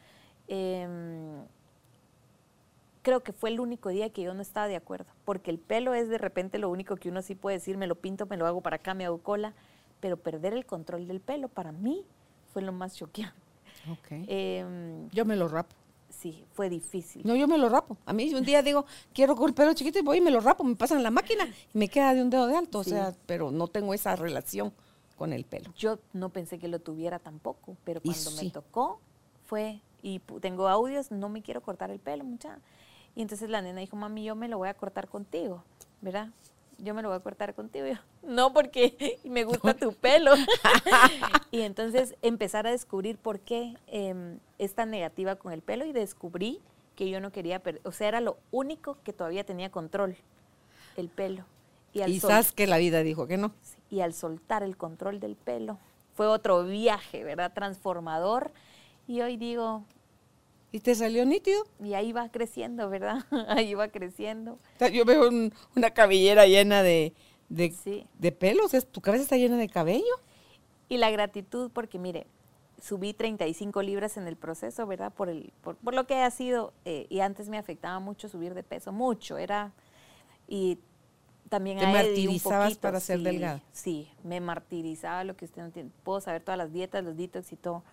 Creo que fue el único día que yo no estaba de acuerdo, porque el pelo es de repente lo único que uno sí puede decir, me lo pinto, me lo hago para acá, me hago cola, pero perder el control del pelo para mí fue lo más choqueante. Okay. Yo me lo rapo. Sí, fue difícil. No, yo me lo rapo. A mí un día digo, quiero con el pelo chiquito y voy y me lo rapo, me pasan la máquina y me queda de un dedo de alto, Sí. o sea, pero no tengo esa relación con el pelo. Yo no pensé que lo tuviera tampoco, pero Y cuando sí. me tocó fue, y tengo audios, no me quiero cortar el pelo, mucha. Y entonces la nena dijo, mami, yo me lo voy a cortar contigo, ¿verdad? Yo me lo voy a cortar contigo. Yo, no, porque me gusta tu pelo. Y entonces empezar a descubrir por qué es tan negativa con el pelo y descubrí que yo no quería perder, o sea, era lo único que todavía tenía control, el pelo. Quizás que la vida dijo que no. Y al soltar el control del pelo, fue otro viaje, ¿verdad? Transformador. Y hoy digo... ¿Y te salió nítido? Y ahí va creciendo, ¿verdad? Ahí va creciendo. O sea, yo veo una cabellera llena de Sí. pelos, tu cabeza está llena de cabello. Y la gratitud, porque mire, subí 35 libras en el proceso, ¿verdad? Por lo que ha sido, y antes me afectaba mucho subir de peso, mucho, y también ¿Te a Eddie martirizabas un poquito, para ser sí, delgada? Sí, me martirizaba, lo que usted no entiende. Puedo saber todas las dietas, los detox y todo.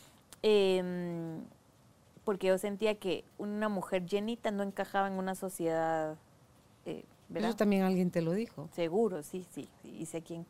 Porque yo sentía que una mujer llenita no encajaba en una sociedad, ¿verdad? Eso también alguien te lo dijo. Seguro, sí, y sé quién.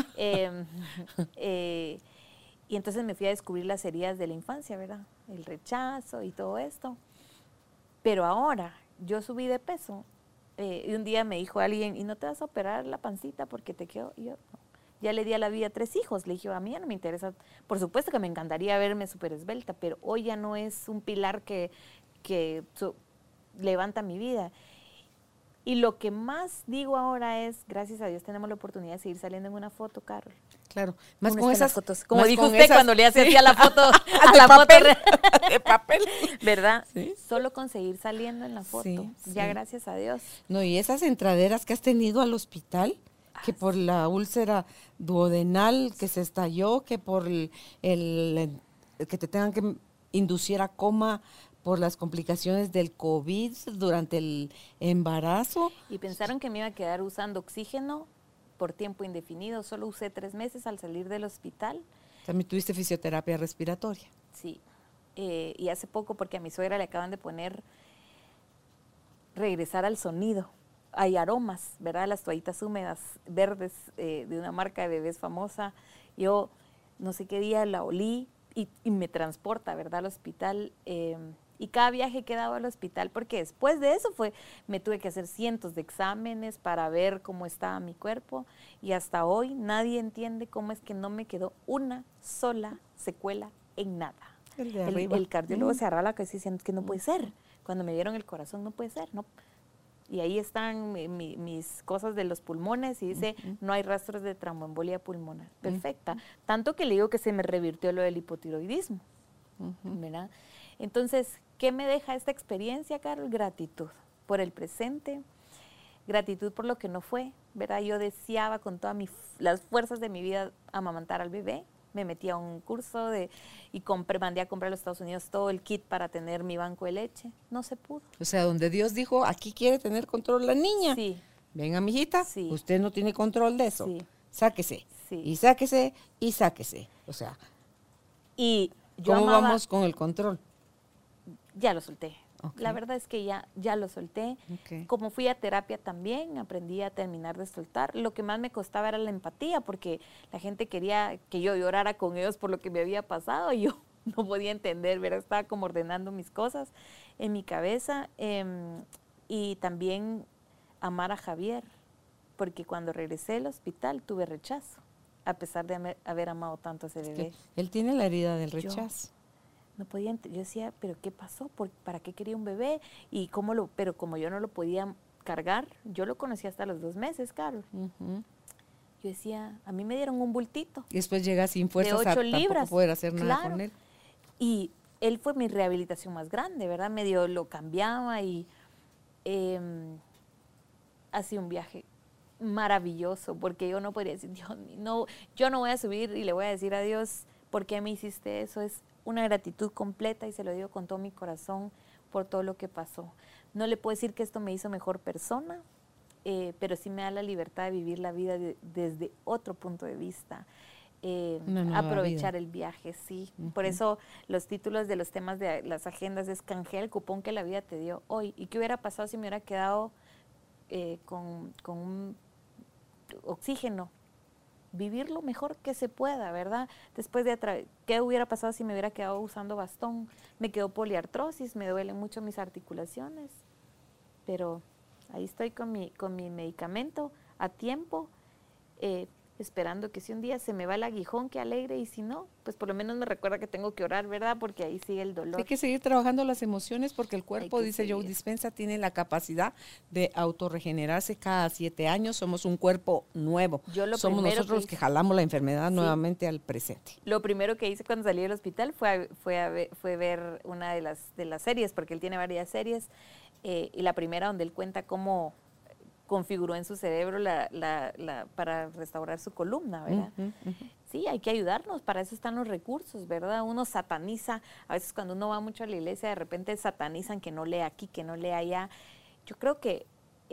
Y entonces me fui a descubrir las heridas de la infancia, ¿verdad? El rechazo y todo esto. Pero ahora, yo subí de peso, y un día me dijo alguien, ¿y no te vas a operar la pancita porque te quedó? Y yo, no. Ya le di a la vida 3 hijos, le dije, a mí ya no me interesa, por supuesto que me encantaría verme súper esbelta, pero hoy ya no es un pilar que levanta mi vida. Y lo que más digo ahora es, gracias a Dios tenemos la oportunidad de seguir saliendo en una foto, Carol. Claro, más Uno con está en esas las fotos, como más dijo con usted esas- cuando le hace sí. así a la foto, a De la papel, foto, de papel. ¿verdad? Sí. Solo con seguir saliendo en la foto, Sí, ya sí. gracias a Dios. No, y esas entraderas que has tenido al hospital, que por la úlcera duodenal que se estalló, que por que te tengan que inducir a coma por las complicaciones del COVID durante el embarazo. Y pensaron que me iba a quedar usando oxígeno por tiempo indefinido, solo usé 3 meses al salir del hospital. También tuviste fisioterapia respiratoria. Sí, y hace poco porque a mi suegra le acaban de poner regresar al sonido. Hay aromas, ¿verdad? Las toallitas húmedas verdes de una marca de bebés famosa. Yo no sé qué día la olí y me transporta, ¿verdad? Al hospital. Y cada viaje que he dado al hospital, porque después de eso me tuve que hacer cientos de exámenes para ver cómo estaba mi cuerpo. Y hasta hoy nadie entiende cómo es que no me quedó una sola secuela en nada. El de arriba. El cardiólogo se agarraba la cabeza diciendo que no puede ser. Cuando me dieron el corazón, no puede ser, no. Y ahí están mis cosas de los pulmones y dice, no hay rastros de tromboembolia pulmonar. Perfecta. Tanto que le digo que se me revirtió lo del hipotiroidismo. ¿Verdad? Entonces, ¿qué me deja esta experiencia, Carol? Gratitud por el presente, gratitud por lo que no fue, ¿verdad? Yo deseaba con todas las fuerzas de mi vida amamantar al bebé. Me metí a un curso y mandé a comprar a los Estados Unidos todo el kit para tener mi banco de leche. No se pudo. O sea, donde Dios dijo, aquí quiere tener control la niña. Sí. Venga, mijita, Sí. usted no tiene control de eso. Sí. Sáquese. Sí. Y sáquese, y sáquese. O sea, Y yo ¿cómo amaba, vamos con el control? ya lo solté. Okay. La verdad es que ya lo solté. Okay. Como fui a terapia también, aprendí a terminar de soltar. Lo que más me costaba era la empatía, porque la gente quería que yo llorara con ellos por lo que me había pasado y yo no podía entender, ¿verdad? Estaba como ordenando mis cosas en mi cabeza. Y también amar a Javier, porque cuando regresé del hospital tuve rechazo, a pesar de haber amado tanto a ese bebé. Él tiene la herida del rechazo. No podía, yo decía, pero ¿qué pasó? ¿Para qué quería un bebé? Y pero como yo no lo podía cargar, yo lo conocí hasta los 2 meses, Carol. Yo decía, a mí me dieron un bultito. Y después llega sin fuerzas de 8 a libras. tampoco poder hacer nada Claro. con él. Y él fue mi rehabilitación más grande, ¿verdad? Medio lo cambiaba y ha sido un viaje maravilloso, porque yo no podría decir, Dios mío, no, yo no voy a subir y le voy a decir a Dios, ¿por qué me hiciste eso? Es una gratitud completa y se lo digo con todo mi corazón por todo lo que pasó. No le puedo decir que esto me hizo mejor persona, pero sí me da la libertad de vivir la vida desde otro punto de vista. Aprovechar vida. El viaje, sí. Por eso los títulos de los temas de las agendas es canjea el cupón que la vida te dio hoy. ¿Y qué hubiera pasado si me hubiera quedado con un oxígeno? Vivir lo mejor que se pueda, ¿verdad? Después de ¿qué hubiera pasado si me hubiera quedado usando bastón? Me quedó poliartrosis, me duelen mucho mis articulaciones, pero ahí estoy con mi medicamento a tiempo, esperando que si un día se me va el aguijón, que alegre, y si no, pues por lo menos me recuerda que tengo que orar, ¿verdad? Porque ahí sigue el dolor. Hay que seguir trabajando las emociones porque el cuerpo, dice Joe Dispenza, tiene la capacidad de autorregenerarse cada 7 años. Somos un cuerpo nuevo. Somos nosotros los que jalamos la enfermedad nuevamente al presente. Lo primero que hice cuando salí del hospital fue ver una de las series, porque él tiene varias series, y la primera donde él cuenta cómo configuró en su cerebro para restaurar su columna, ¿verdad? Sí, hay que ayudarnos, para eso están los recursos, ¿verdad? Uno sataniza, a veces cuando uno va mucho a la iglesia, de repente satanizan que no lea aquí, que no lea allá. Yo creo que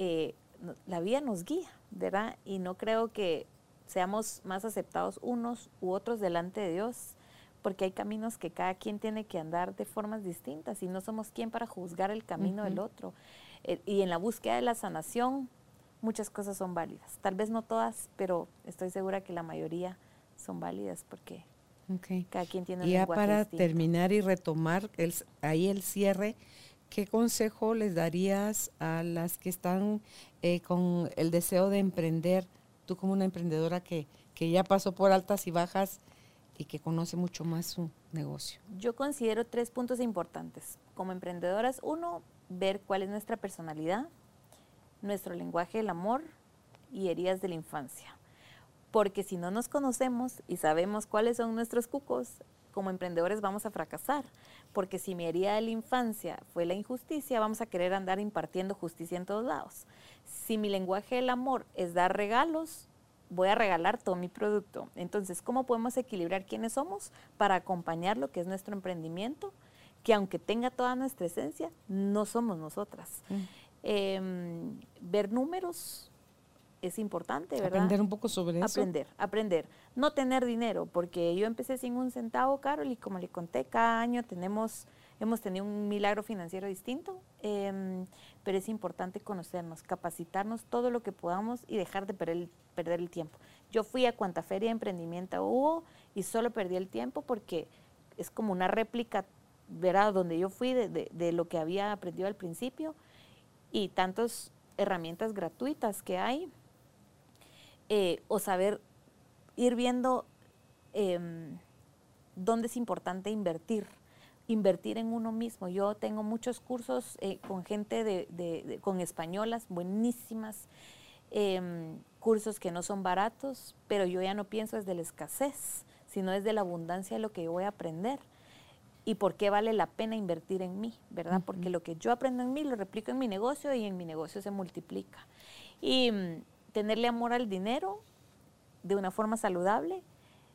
la vida nos guía, ¿verdad? Y no creo que seamos más aceptados unos u otros delante de Dios, porque hay caminos que cada quien tiene que andar de formas distintas y no somos quien para juzgar el camino del otro. Y en la búsqueda de la sanación, muchas cosas son válidas. Tal vez no todas, pero estoy segura que la mayoría son válidas porque cada quien tiene un lenguaje para distinto. Terminar y retomar ahí el cierre, ¿qué consejo les darías a las que están con el deseo de emprender? Tú como una emprendedora que ya pasó por altas y bajas y que conoce mucho más su negocio. Yo considero 3 puntos importantes. Como emprendedoras, 1, ver cuál es nuestra personalidad, nuestro lenguaje del amor y heridas de la infancia. Porque si no nos conocemos y sabemos cuáles son nuestros cucos, como emprendedores vamos a fracasar. Porque si mi herida de la infancia fue la injusticia, vamos a querer andar impartiendo justicia en todos lados. Si mi lenguaje del amor es dar regalos, voy a regalar todo mi producto. Entonces, ¿cómo podemos equilibrar quiénes somos para acompañar lo que es nuestro emprendimiento? Que aunque tenga toda nuestra esencia, no somos nosotras. Ver números es importante, ¿verdad? Aprender un poco sobre eso. Aprender. No tener dinero, porque yo empecé sin un centavo, Carol, y como le conté, cada año hemos tenido un milagro financiero distinto, pero es importante conocernos, capacitarnos todo lo que podamos y dejar de perder el tiempo. Yo fui a cuanta feria de emprendimiento hubo y solo perdí el tiempo porque es como una réplica, ¿verdad? Donde yo fui de lo que había aprendido al principio y tantas herramientas gratuitas que hay, o saber ir viendo dónde es importante invertir, invertir en uno mismo. Yo tengo muchos cursos con gente con españolas buenísimas, cursos que no son baratos, pero yo ya no pienso desde la escasez, sino desde la abundancia de lo que yo voy a aprender. Y por qué vale la pena invertir en mí, ¿verdad? Uh-huh. Porque lo que yo aprendo en mí lo replico en mi negocio y en mi negocio se multiplica. Y tenerle amor al dinero de una forma saludable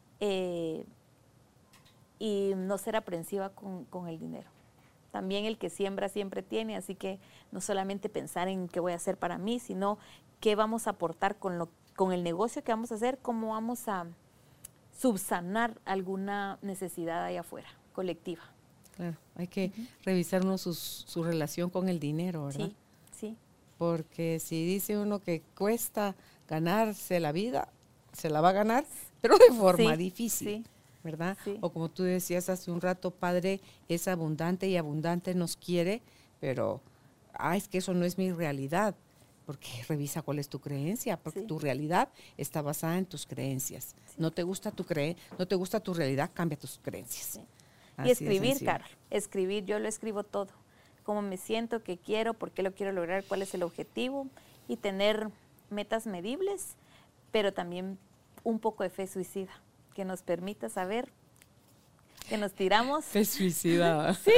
y no ser aprensiva con el dinero. También el que siembra siempre tiene, así que no solamente pensar en qué voy a hacer para mí, sino qué vamos a aportar con el negocio que vamos a hacer, cómo vamos a subsanar alguna necesidad allá afuera, colectiva. Claro, hay que revisar uno su relación con el dinero, ¿verdad? Sí, sí. Porque si dice uno que cuesta ganarse la vida, se la va a ganar, pero de forma difícil, ¿verdad? Sí. O como tú decías hace un rato, Padre es abundante y abundante nos quiere, pero es que eso no es mi realidad. Porque revisa cuál es tu creencia, porque tu realidad está basada en tus creencias. Sí. No te gusta tu realidad, cambia tus creencias. Sí. Y escribir, Carol, escribir, yo lo escribo todo. Cómo me siento, qué quiero, por qué lo quiero lograr, cuál es el objetivo, y tener metas medibles, pero también un poco de fe suicida, que nos permita saber que nos tiramos. Fe suicida. Sí,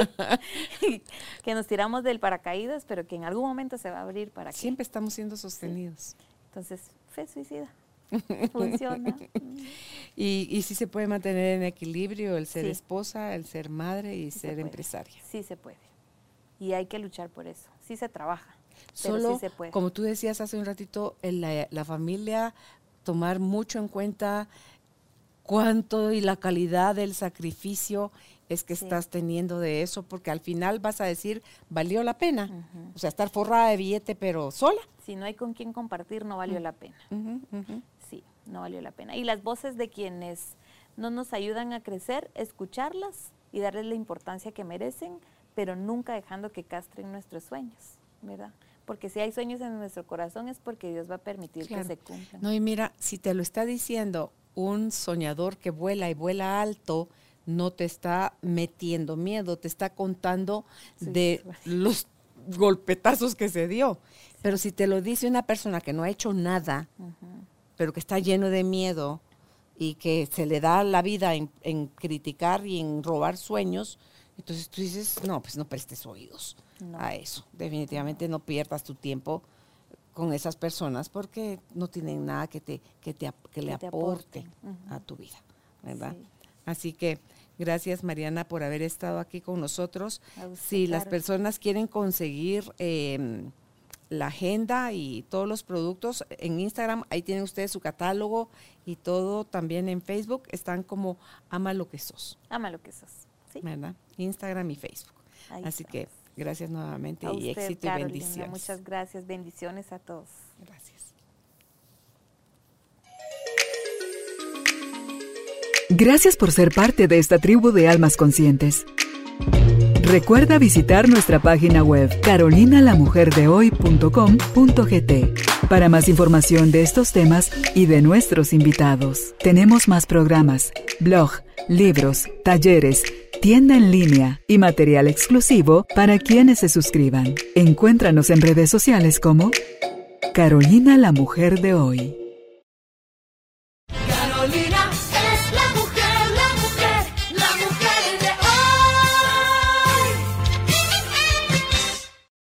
que nos tiramos del paracaídas, pero que en algún momento se va a abrir para que... Siempre estamos siendo sostenidos. Sí. Entonces, fe suicida. Funciona. Y sí se puede mantener en equilibrio el ser esposa, el ser madre y ser empresaria. Sí se puede. Y hay que luchar por eso. Sí se trabaja, pero sí se puede. Como tú decías hace un ratito, la familia, tomar mucho en cuenta cuánto y la calidad del sacrificio es que estás teniendo de eso, porque al final vas a decir, valió la pena. Uh-huh. O sea, estar forrada de billete, pero sola. Si no hay con quién compartir, no valió la pena. Uh-huh, uh-huh. Sí, no valió la pena. Y las voces de quienes no nos ayudan a crecer, escucharlas y darles la importancia que merecen, pero nunca dejando que castren nuestros sueños, ¿verdad? Porque si hay sueños en nuestro corazón es porque Dios va a permitir que se cumplan. No, y mira, si te lo está diciendo un soñador que vuela y vuela alto, no te está metiendo miedo, te está contando de los golpetazos que se dio. Pero si te lo dice una persona que no ha hecho nada, pero que está lleno de miedo y que se le da la vida en criticar y en robar sueños, entonces tú dices, no, pues no prestes oídos a eso. Definitivamente no pierdas tu tiempo con esas personas porque no tienen nada que le aporte a tu vida, ¿verdad? Sí. Así que gracias, Mariana, por haber estado aquí con nosotros. Si las personas quieren conseguir la agenda y todos los productos en Instagram, ahí tienen ustedes su catálogo y todo. También en Facebook están como Ama lo que sos. Ama lo que sos, sí. ¿Verdad? Instagram y Facebook. Ahí Así estamos. Que gracias nuevamente a y usted, éxito Carolina, y bendiciones. Muchas gracias, bendiciones a todos. Gracias. Gracias por ser parte de esta tribu de almas conscientes. Recuerda visitar nuestra página web carolinalamujerdehoy.com.gt para más información de estos temas y de nuestros invitados. Tenemos más programas, blog, libros, talleres, tienda en línea y material exclusivo para quienes se suscriban. Encuéntranos en redes sociales como Carolina la Mujer de Hoy.